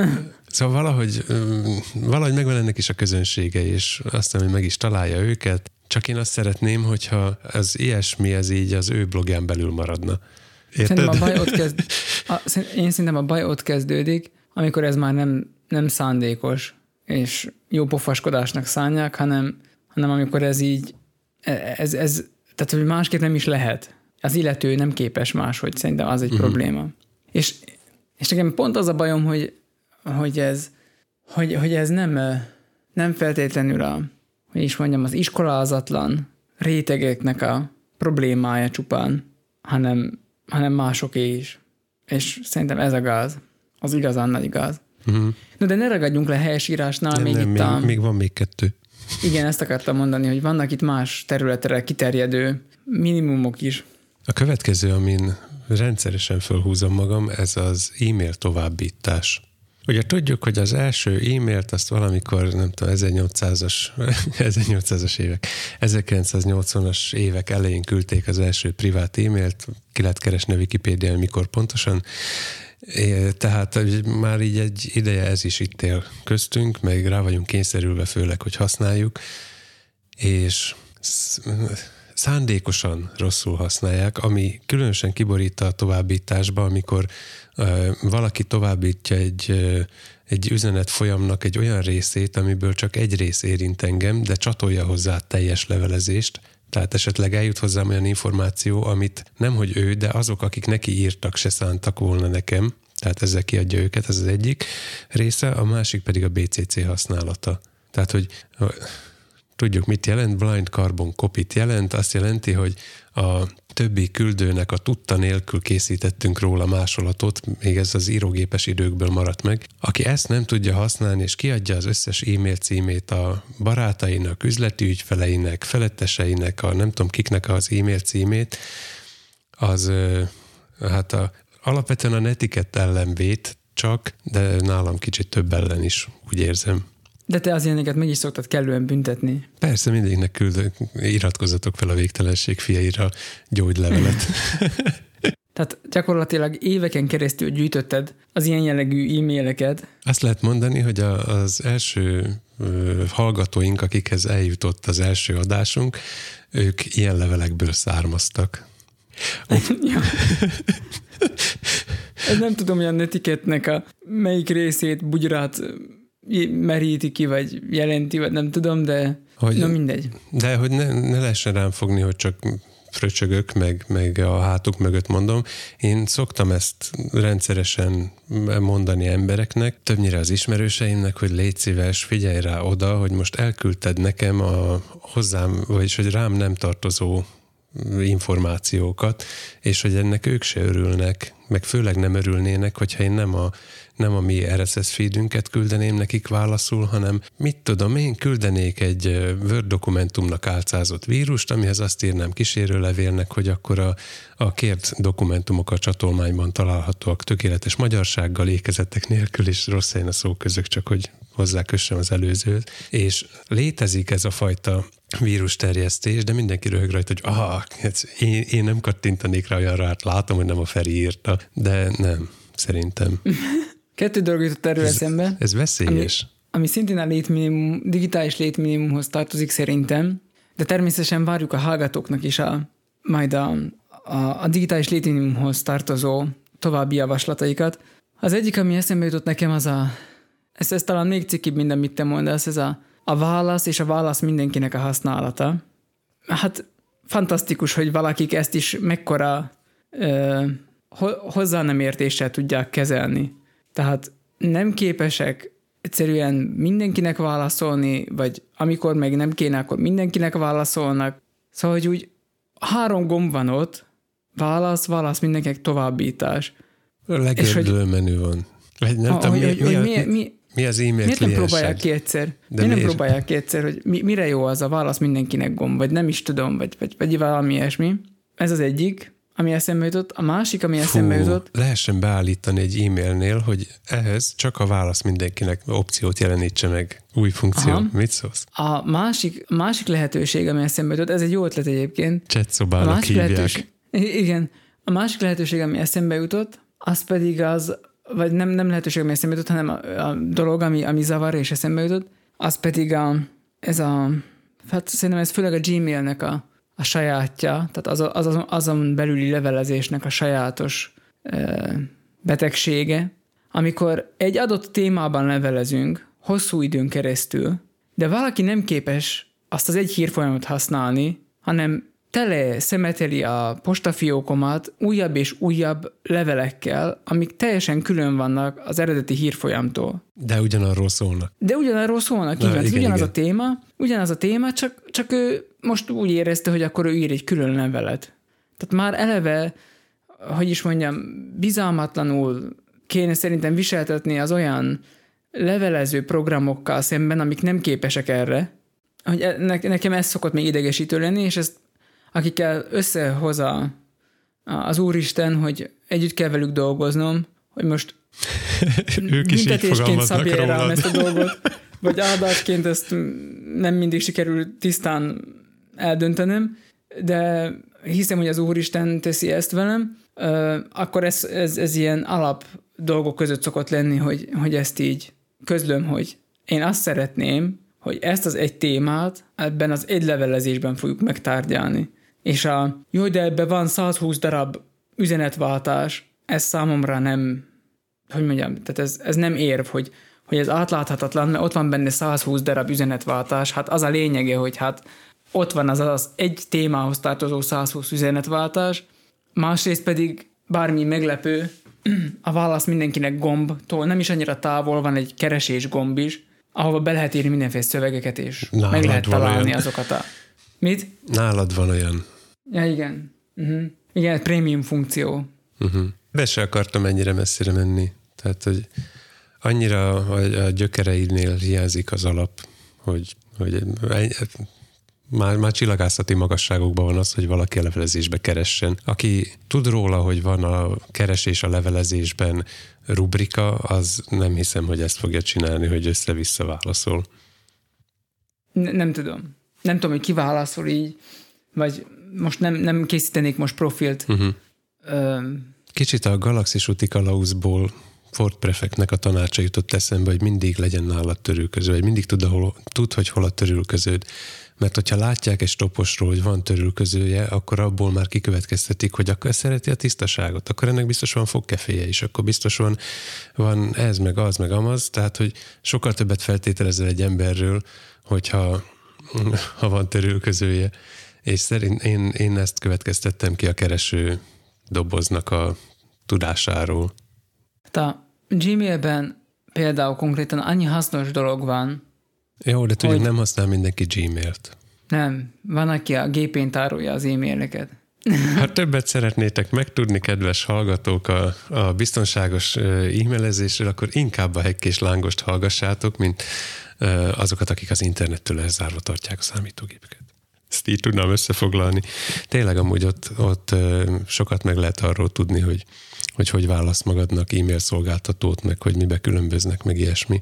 valahogy megvan ennek is a közönsége, és aztán, hogy meg is találja őket. Csak én azt szeretném, hogyha az ilyesmi, ez így az ő blogján belül maradna. Érted? Én szerintem a baj ott kezdődik, amikor ez már nem szándékos, és jó pofaskodásnak szánják, hanem amikor ez így, tehát hogy másképp nem is lehet. Az illető nem képes máshogy, szerintem az egy probléma. És nekem pont az a bajom, hogy ez nem feltétlenül hogy is mondjam, az iskolázatlan rétegeknek a problémája csupán, hanem másoké is. És szerintem ez a gáz. Az igazán nagy gáz. No, de ne ragadjunk le helyesírásnál. Még van még 2. Igen, ezt akartam mondani, hogy vannak itt más területre kiterjedő minimumok is. A következő, amin rendszeresen felhúzom magam, ez az e-mail továbbítás. Ugye tudjuk, hogy az első e-mailt azt valamikor, nem tudom, 1800-as évek, 1980-as évek elején küldték az első privát e-mailt, ki lehet keresni a Wikipédián, mikor pontosan. Tehát már így egy ideje ez is itt él köztünk, meg rá vagyunk kényszerülve főleg, hogy használjuk, és szándékosan rosszul használják, ami különösen kiborít a továbbításba, amikor valaki továbbítja egy üzenet folyamnak egy olyan részét, amiből csak egy rész érint engem, de csatolja hozzá teljes levelezést, tehát esetleg eljut hozzám olyan információ, amit nemhogy ő, de azok, akik neki írtak, se szántak volna nekem, tehát ezzel kiadja őket, ez az egyik része, a másik pedig a BCC használata. Tehát, hogy tudjuk, mit jelent, blind carbon copy-t jelent, azt jelenti, hogy a többi küldőnek a tudta nélkül készítettünk róla másolatot, még ez az írógépes időkből maradt meg. Aki ezt nem tudja használni, és kiadja az összes e-mail címét a barátainak, üzleti ügyfeleinek, feletteseinek, a nem tudom kiknek az e-mail címét, az alapvetően a netikett ellen vét csak, de nálam kicsit több ellen is, úgy érzem. De te az ilyeneket meg is szoktad kellően büntetni. Persze, mindegynek küldök, iratkozzatok fel a Végtelenség fiaira gyógylevelet. Tehát gyakorlatilag éveken keresztül gyűjtötted az ilyen jellegű e-maileket. Azt lehet mondani, hogy az első hallgatóink, akikhez eljutott az első adásunk, ők ilyen levelekből származtak. Ja. Ez nem tudom, hogy a netiketnek a melyik részét, bugyrát meríti ki, vagy jelenti, vagy nem tudom, de mindegy. De hogy ne lehessen rám fogni, hogy csak fröcsögök, meg a hátuk mögött mondom. Én szoktam ezt rendszeresen mondani embereknek, többnyire az ismerőseimnek, hogy légy szíves, figyelj rá oda, hogy most elküldted nekem hozzám, vagyis hogy rám nem tartozó információkat, és hogy ennek ők se örülnek, meg főleg nem örülnének, hogyha én nem a mi RSS feedünket küldeném nekik válaszul, hanem mit tudom, én küldenék egy Word dokumentumnak álcázott vírust, amihez azt írnám kísérőlevélnek, hogy akkor a kért dokumentumok a csatolmányban találhatóak tökéletes magyarsággal, ékezetek nélkül, és rossz helyen a szóközök, csak hogy hozzákössem az előzőt. És létezik ez a fajta vírusterjesztés, de mindenki röhög rajta, hogy én nem kattintanék rá olyanra, hát látom, hogy nem a Feri írta, de nem, szerintem. 2 dolog jutott erről eszembe. Ez veszélyes. Ami szintén a digitális létminimumhoz tartozik szerintem, de természetesen várjuk a hallgatóknak is majd a digitális létminimumhoz tartozó további javaslataikat. Az egyik, ami eszembe jutott nekem, ez talán még cikibb, mint amit te mondasz, ez a válasz és a válasz mindenkinek a használata. Hát fantasztikus, hogy valakik ezt is mekkora hozzá nem értéssel tudják kezelni. Tehát nem képesek egyszerűen mindenkinek válaszolni, vagy amikor meg nem kéne, akkor mindenkinek válaszolnak. Szóval, hogy úgy 3 gomb van ott, válasz, mindenkinek továbbítás. Legérdő menü van. Nem tudom, mi az e-mail miért nem próbálják ki egyszer? Miért nem próbálják ki egyszer, hogy mire jó az a válasz mindenkinek gomb, vagy nem is tudom, vagy valami ilyesmi. Ez az egyik, ami eszembe jutott. A másik, ami eszembe jutott... Lehessen beállítani egy e-mailnél, hogy ehhez csak a válasz mindenkinek opciót jelenítse meg. Új funkció. Aha. Mit szólsz? A másik lehetőség, ami eszembe jutott, ez egy jó ötlet egyébként. Chatszobának hívják. Igen. A másik lehetőség, ami eszembe jutott, az pedig vagy nem lehetőség, ami eszembe jutott, hanem a dolog, ami zavar és eszembe jutott, az pedig hát szerintem ez főleg a Gmailnek a sajátja, tehát azon belüli levelezésnek a sajátos betegsége, amikor egy adott témában levelezünk hosszú időn keresztül, de valaki nem képes azt az egy hírfolyamot használni, hanem tele szemeteli a postafiókomat újabb és újabb levelekkel, amik teljesen külön vannak az eredeti hírfolyamtól. De ugyanarról szólnak. Ugyanaz a téma, csak ő most úgy érezte, hogy akkor ő ír egy külön levelet. Tehát már eleve, hogy is mondjam, bizalmatlanul kéne szerintem viseltetni az olyan levelező programokkal szemben, amik nem képesek erre, hogy nekem ez szokott még idegesítő lenni, és ezt akikkel összehozza az Úristen, hogy együtt kell velük dolgoznom, hogy most büntetésként szabja rám ezt a dolgot, vagy áldásként ezt nem mindig sikerül tisztán eldöntenem, de hiszem, hogy az Úristen teszi ezt velem, akkor ez ilyen alap dolgok között szokott lenni, hogy ezt így közlöm, hogy én azt szeretném, hogy ezt az egy témát ebben az egy levelezésben fogjuk megtárgyalni. És jó, de ebben van 120 darab üzenetváltás, ez számomra nem, hogy mondjam, tehát ez nem érv, hogy ez átláthatatlan, mert ott van benne 120 darab üzenetváltás, hát az a lényege, hogy hát ott van az egy témához tartozó 120 üzenetváltás, másrészt pedig bármi meglepő, a válasz mindenkinek gombtól, nem is annyira távol, van egy keresés gomb is, ahova be lehet írni mindenféle szövegeket, és meg lehet találni azokat a... Mit? Nálad van olyan. Ja, igen. Igen, prémium funkció. Be se akartam ennyire messzire menni. Tehát, hogy annyira a gyökereidnél hiányzik az alap, hogy már csillagászati magasságokban van az, hogy valaki a levelezésbe keressen. Aki tud róla, hogy van a keresés a levelezésben rubrika, az nem hiszem, hogy ezt fogja csinálni, hogy össze-vissza válaszol. Nem tudom. Nem tudom, hogy ki válaszol így, vagy most nem készítenék most profilt. Kicsit a Galaxis úti kalauzból Ford Prefectnek a tanácsa jutott eszembe, hogy mindig legyen nálad törülköző, vagy mindig tud, hogy hol a törülköződ. Mert hogyha látják egy stoposról, hogy van törülközője, akkor abból már kikövetkeztetik, hogy akkor szereti a tisztaságot, akkor ennek biztos van fogkeféje is, akkor biztos van ez, meg az, meg amaz, tehát, hogy sokkal többet feltételezel egy emberről, hogyha van törülközője. És szerint én ezt következtettem ki a kereső doboznak a tudásáról. A Gmailben például konkrétan annyi hasznos dolog van. Jó, de tudjuk, nem használ mindenki Gmailt. Nem, van, aki a gépén tárolja az e-maileket. Ha többet szeretnétek megtudni, kedves hallgatók, a biztonságos e-mailezésről, akkor inkább a Hekk & Lángost hallgassátok, mint azokat, akik az internettől elzárva tartják a számítógépüket. Ezt így tudnám összefoglalni. Tényleg amúgy ott sokat meg lehet arról tudni, hogy válasz magadnak e-mail szolgáltatót, meg hogy mibe különböznek, meg ilyesmi.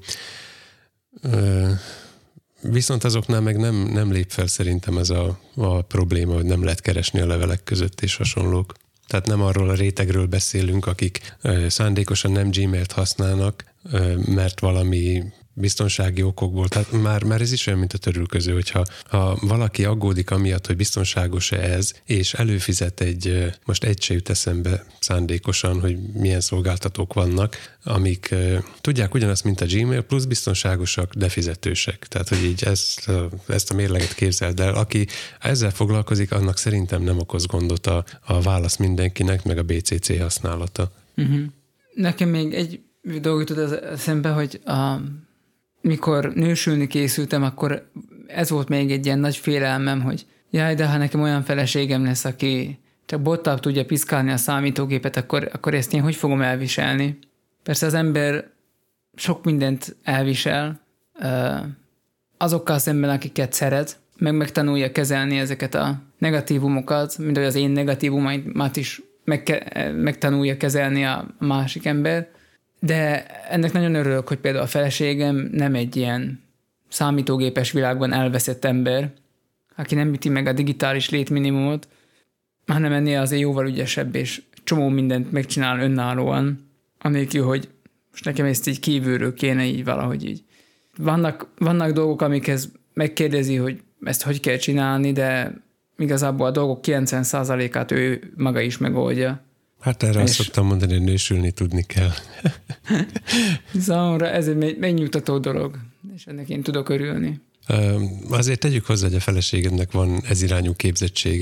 Viszont azoknál meg nem lép fel szerintem ez a probléma, hogy nem lehet keresni a levelek között és hasonlók. Tehát nem arról a rétegről beszélünk, akik szándékosan nem Gmailt használnak, mert valami biztonsági okokból, tehát már ez is olyan, mint a törülköző, hogyha valaki aggódik amiatt, hogy biztonságos-e ez, és előfizet most egy se jut eszembe szándékosan, hogy milyen szolgáltatók vannak, amik tudják ugyanazt, mint a Gmail, plusz biztonságosak, de fizetősek. Tehát, hogy így ezt a mérleget képzeld el. Aki ezzel foglalkozik, annak szerintem nem okoz gondot a válasz mindenkinek, meg a BCC használata. Nekem még egy dolog jutott eszembe, hogy mikor nősülni készültem, akkor ez volt még egy ilyen nagy félelmem, hogy jaj, de ha nekem olyan feleségem lesz, aki csak bottal tudja piszkálni a számítógépet, akkor ezt én hogy fogom elviselni? Persze az ember sok mindent elvisel azokkal szemben, akiket szeret, megtanulja kezelni ezeket a negatívumokat, mint hogy az én negatívumaimat is megtanulja kezelni a másik ember. De ennek nagyon örülök, hogy például a feleségem nem egy ilyen számítógépes világban elveszett ember, aki nem üti meg a digitális létminimumot, hanem ennél azért jóval ügyesebb, és csomó mindent megcsinál önállóan, anélkül, hogy most nekem ezt így kívülről kéne így valahogy így. Vannak dolgok, amikhez megkérdezi, hogy ezt hogy kell csinálni, de igazából a dolgok 90%-át ő maga is megoldja. Hát erre azt szoktam mondani, hogy nősülni tudni kell. Számomra ez egy megnyugtató dolog, és ennek én tudok örülni. Azért tegyük hozzá, hogy a feleségednek van ez irányú képzettsége,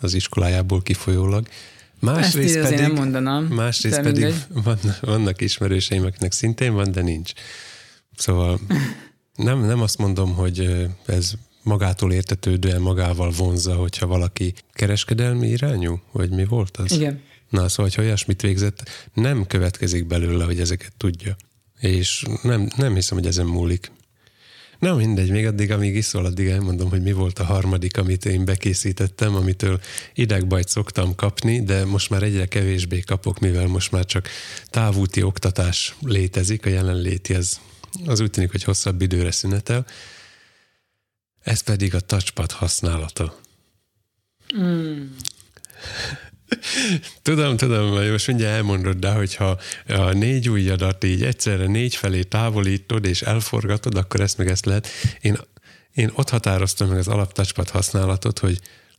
az iskolájából kifolyólag. Másrészt pedig, nem mondanám. Másrészt pedig vannak ismerőseim, akinek szintén van, de nincs. Szóval nem azt mondom, hogy ez magától értetődően magával vonzza, hogyha valaki kereskedelmi irányú, vagy mi volt az? Igen. Na, szóval, ha olyasmit végzett, nem következik belőle, hogy ezeket tudja. És nem hiszem, hogy ezen múlik. Na mindegy, még addig, amíg iszol, addig elmondom, hogy mi volt a harmadik, amit én bekészítettem, amitől idegbajt szoktam kapni, de most már egyre kevésbé kapok, mivel most már csak távúti oktatás létezik, a jelenléti az úgy tűnik, hogy hosszabb időre szünetel. Ez pedig a touchpad használata. Tudom, most mindjárt elmondod, de hogyha a 4 ujjadat így egyszerre 4 felé távolítod és elforgatod, akkor ezt meg ezt lehet. Én ott határoztam meg az alap touchpad használatot, hogy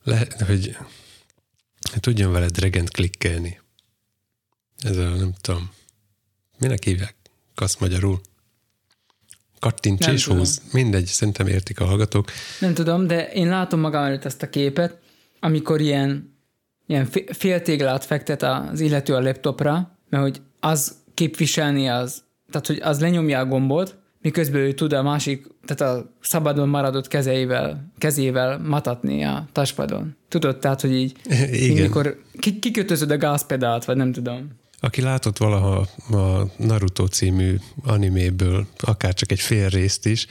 tudjon vele drag and klikkelni. Ez a, nem tudom, minek hívják? Kasz magyarul? Kattints és húz. Mindegy, szerintem értik a hallgatók. Nem tudom, de én látom magam előtt ezt a képet, amikor ilyen féltéglát fektet az illető a laptopra, mert hogy az képviselni tehát hogy az lenyomja a gombot, miközben ő tud a másik, tehát a szabadon maradott kezével matatni a touchpadon. Tudod, tehát, hogy így mikor kikötözöd a gázpedált, vagy nem tudom. Aki látott valaha a Naruto című animéből akár csak egy fél részt is,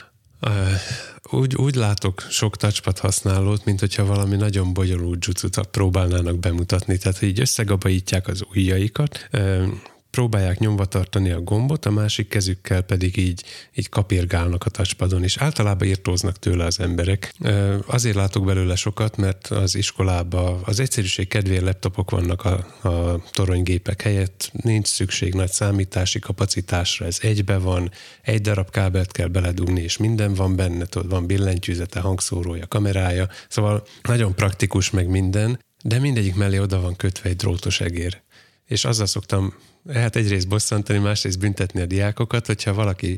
úgy látok sok touchpad használót, mint hogyha valami nagyon bonyolult jutsutat próbálnának bemutatni. Tehát, hogy így összegabajítják az ujjaikat, próbálják nyomva tartani a gombot, a másik kezükkel pedig így kapirgálnak a touchpadon, és általában irtóznak tőle az emberek. Azért látok belőle sokat, mert az iskolában az egyszerűség kedvéért laptopok vannak a toronygépek helyett, nincs szükség nagy számítási kapacitásra, ez egybe van, egy darab kábelt kell beledugni, és minden van benne, tudod, van billentyűzete, hangszórója, kamerája, szóval nagyon praktikus meg minden, de mindegyik mellé oda van kötve egy drótos egér. És azzal szoktam egyrészt bosszantani, másrészt büntetni a diákokat, hogyha valaki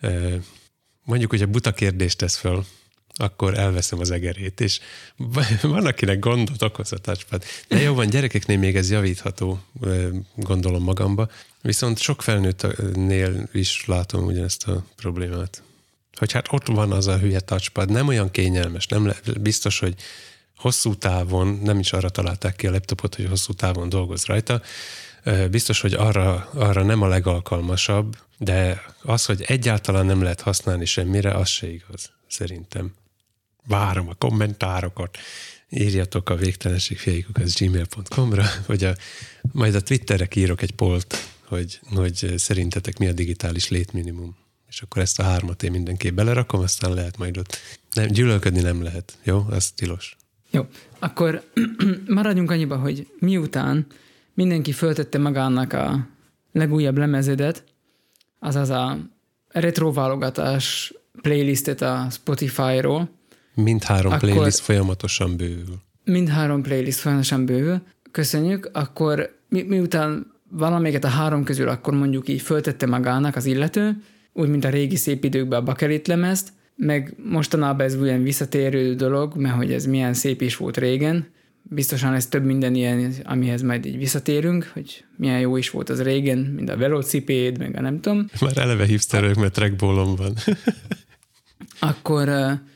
mondjuk, hogy a buta kérdést tesz föl, akkor elveszem az egerét, és van, akinek gondot okoz a touchpad. De jó van, gyerekeknél még ez javítható, gondolom magamba, viszont sok felnőttnél is látom ugyanezt a problémát. Hogy hát ott van az a hülye touchpad, nem olyan kényelmes, biztos, hogy hosszú távon, nem is arra találták ki a laptopot, hogy hosszú távon dolgoz rajta, biztos, hogy arra nem a legalkalmasabb, de az, hogy egyáltalán nem lehet használni semmire, az se igaz, szerintem. Várom a kommentárokat, írjatok a végtelenségfiaik@gmail.com-ra, vagy majd a Twitterre írok egy pollt, hogy szerintetek mi a digitális létminimum. És akkor ezt a 3-at én mindenképp belerakom, aztán lehet majd ott. Nem, gyűlölködni nem lehet, jó? Az tilos. Jó, akkor maradjunk annyiba, hogy miután mindenki föltette magának a legújabb lemezedet, azaz a retroválogatás playlistet a Spotify-ról. Mindhárom playlist folyamatosan bővül. Mindhárom playlist folyamatosan bővül. Köszönjük. Akkor miután valamelyiket a 3 közül akkor mondjuk így föltette magának az illető, úgy, mint a régi szép időkben a bakelit lemezt, meg mostanában ez olyan visszatérő dolog, mert hogy ez milyen szép is volt régen. Biztosan ez több minden ilyen, amihez majd így visszatérünk, hogy milyen jó is volt az régen, mint a velocipéd, meg a nem tudom. Már eleve hipsterök, mert trackballom van. Akkor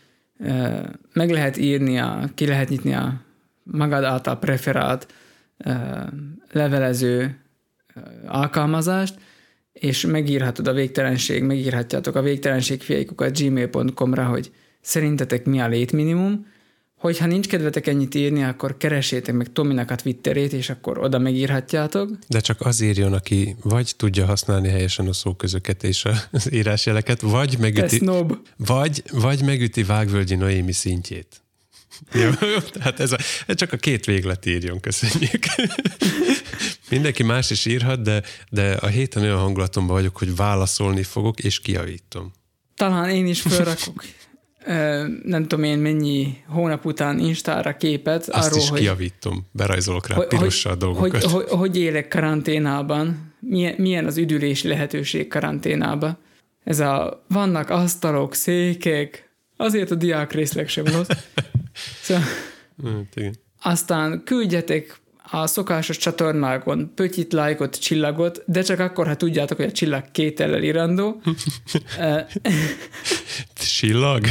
meg lehet írni, ki lehet nyitni a magad által preferált levelező alkalmazást, és megírhatjátok a végtelenségfiaik@gmail.com-ra, hogy szerintetek mi a létminimum. Hogyha nincs kedvetek ennyit írni, akkor keressétek meg Tominak a Twitterét, és akkor oda megírhatjátok. De csak az írjon, aki vagy tudja használni helyesen a szóközöket és az írásjeleket, vagy megüti Vágvölgyi Noémi szintjét. Jó, tehát ez csak a 2 véglet írjon, köszönjük. Mindenki más is írhat, de a héten olyan hangulatomban vagyok, hogy válaszolni fogok, és kijavítom. Talán én is felrakok, nem tudom én mennyi hónap után Instára képet. Azt arról, is kijavítom, berajzolok rá pirossal dolgokat. Hogy élek karanténában, milyen az üdülési lehetőség karanténában. Vannak asztalok, székek, azért a diák részleg sem volt. Szóval, aztán küldjetek a szokásos csatornákon pötyit, lájkot, csillagot, de csak akkor, ha tudjátok, hogy a csillag 2 L-lel írandó. Csillag?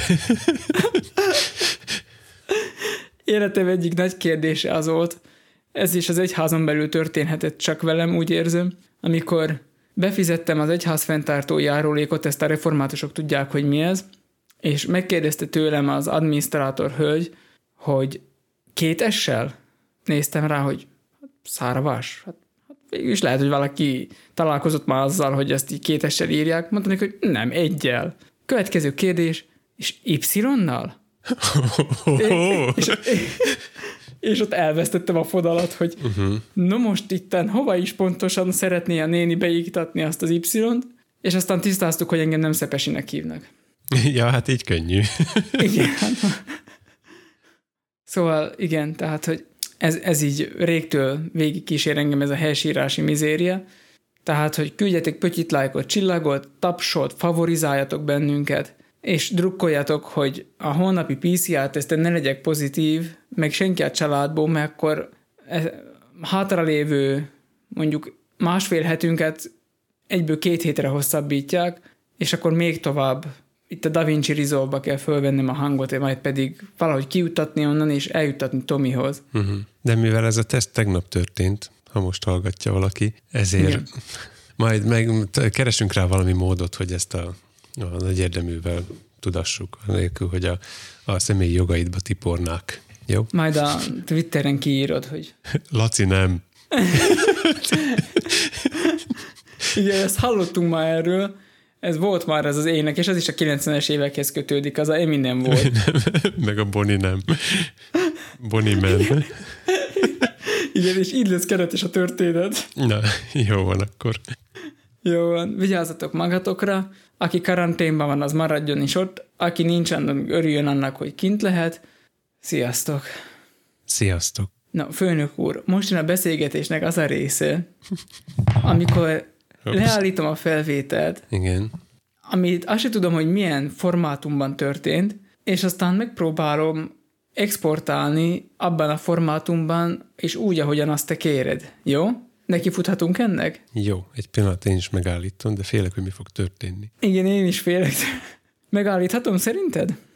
Életem egyik nagy kérdése az volt, ez is az egyházon belül történhetett csak velem, úgy érzem, amikor befizettem az egyház fenntartó járulékot, ezt a reformátusok tudják, hogy mi ez, és megkérdezte tőlem az adminisztrátor hölgy, hogy 2 S-sel? Néztem rá, hogy szárvás. Hát végülis lehet, hogy valaki találkozott már azzal, hogy ezt így 2 S-sel írják. Mondtam neki, hogy nem, 1-jel. Következő kérdés, és Y-nal? És ott elvesztettem a fonalat, hogy no most itten hova is pontosan szeretné a néni beiktatni azt az Y-t, és aztán tisztáztuk, hogy engem nem Szepesinek hívnak. Ja, hát így könnyű. Igen. Szóval igen, tehát, hogy ez így régtől végig kísér engem ez a helyesírási mizéria. Tehát, hogy küldjetek pötyit, lájkot, csillagot, tapsot, favorizáljatok bennünket, és drukkoljatok, hogy a holnapi PCR-teszten ne legyek pozitív, meg senki a családból, mert akkor hátralévő mondjuk 1,5 hetünket egyből 2 hétre hosszabbítják, és akkor még tovább itt a DaVinci Resolve-ba kell fölvennem a hangot, majd pedig valahogy kijutatni onnan, és eljuttatni Tomihoz. De mivel ez a teszt tegnap történt, ha most hallgatja valaki, ezért igen. Majd keresünk rá valami módot, hogy ezt a nagy érdeművel tudassuk, anélkül, hogy a személyi jogaidba tipornák. Jó? Majd a Twitteren kiírod, hogy... Laci, nem. Igen, ezt hallottunk már erről, ez volt már ez az ének, és az is a 90-es évekhez kötődik, az a Eminem volt. Meg a Bonnie nem. Bonnie Man. Igen, és így lesz keretes a történet. Na, jó van akkor. Jó van, vigyázzatok magatokra, aki karanténban van, az maradjon is ott, aki nincsen, örüljön annak, hogy kint lehet. Sziasztok! Sziasztok! Na, főnök úr, most jön a beszélgetésnek az a része, amikor leállítom a felvételt, igen. amit azt sem tudom, hogy milyen formátumban történt, és aztán megpróbálom exportálni abban a formátumban, és úgy, ahogyan azt te kéred. Jó? Neki futhatunk ennek? Jó, egy pillanat én is megállítom, de félek, hogy mi fog történni. Igen, én is félek. Megállíthatom szerinted?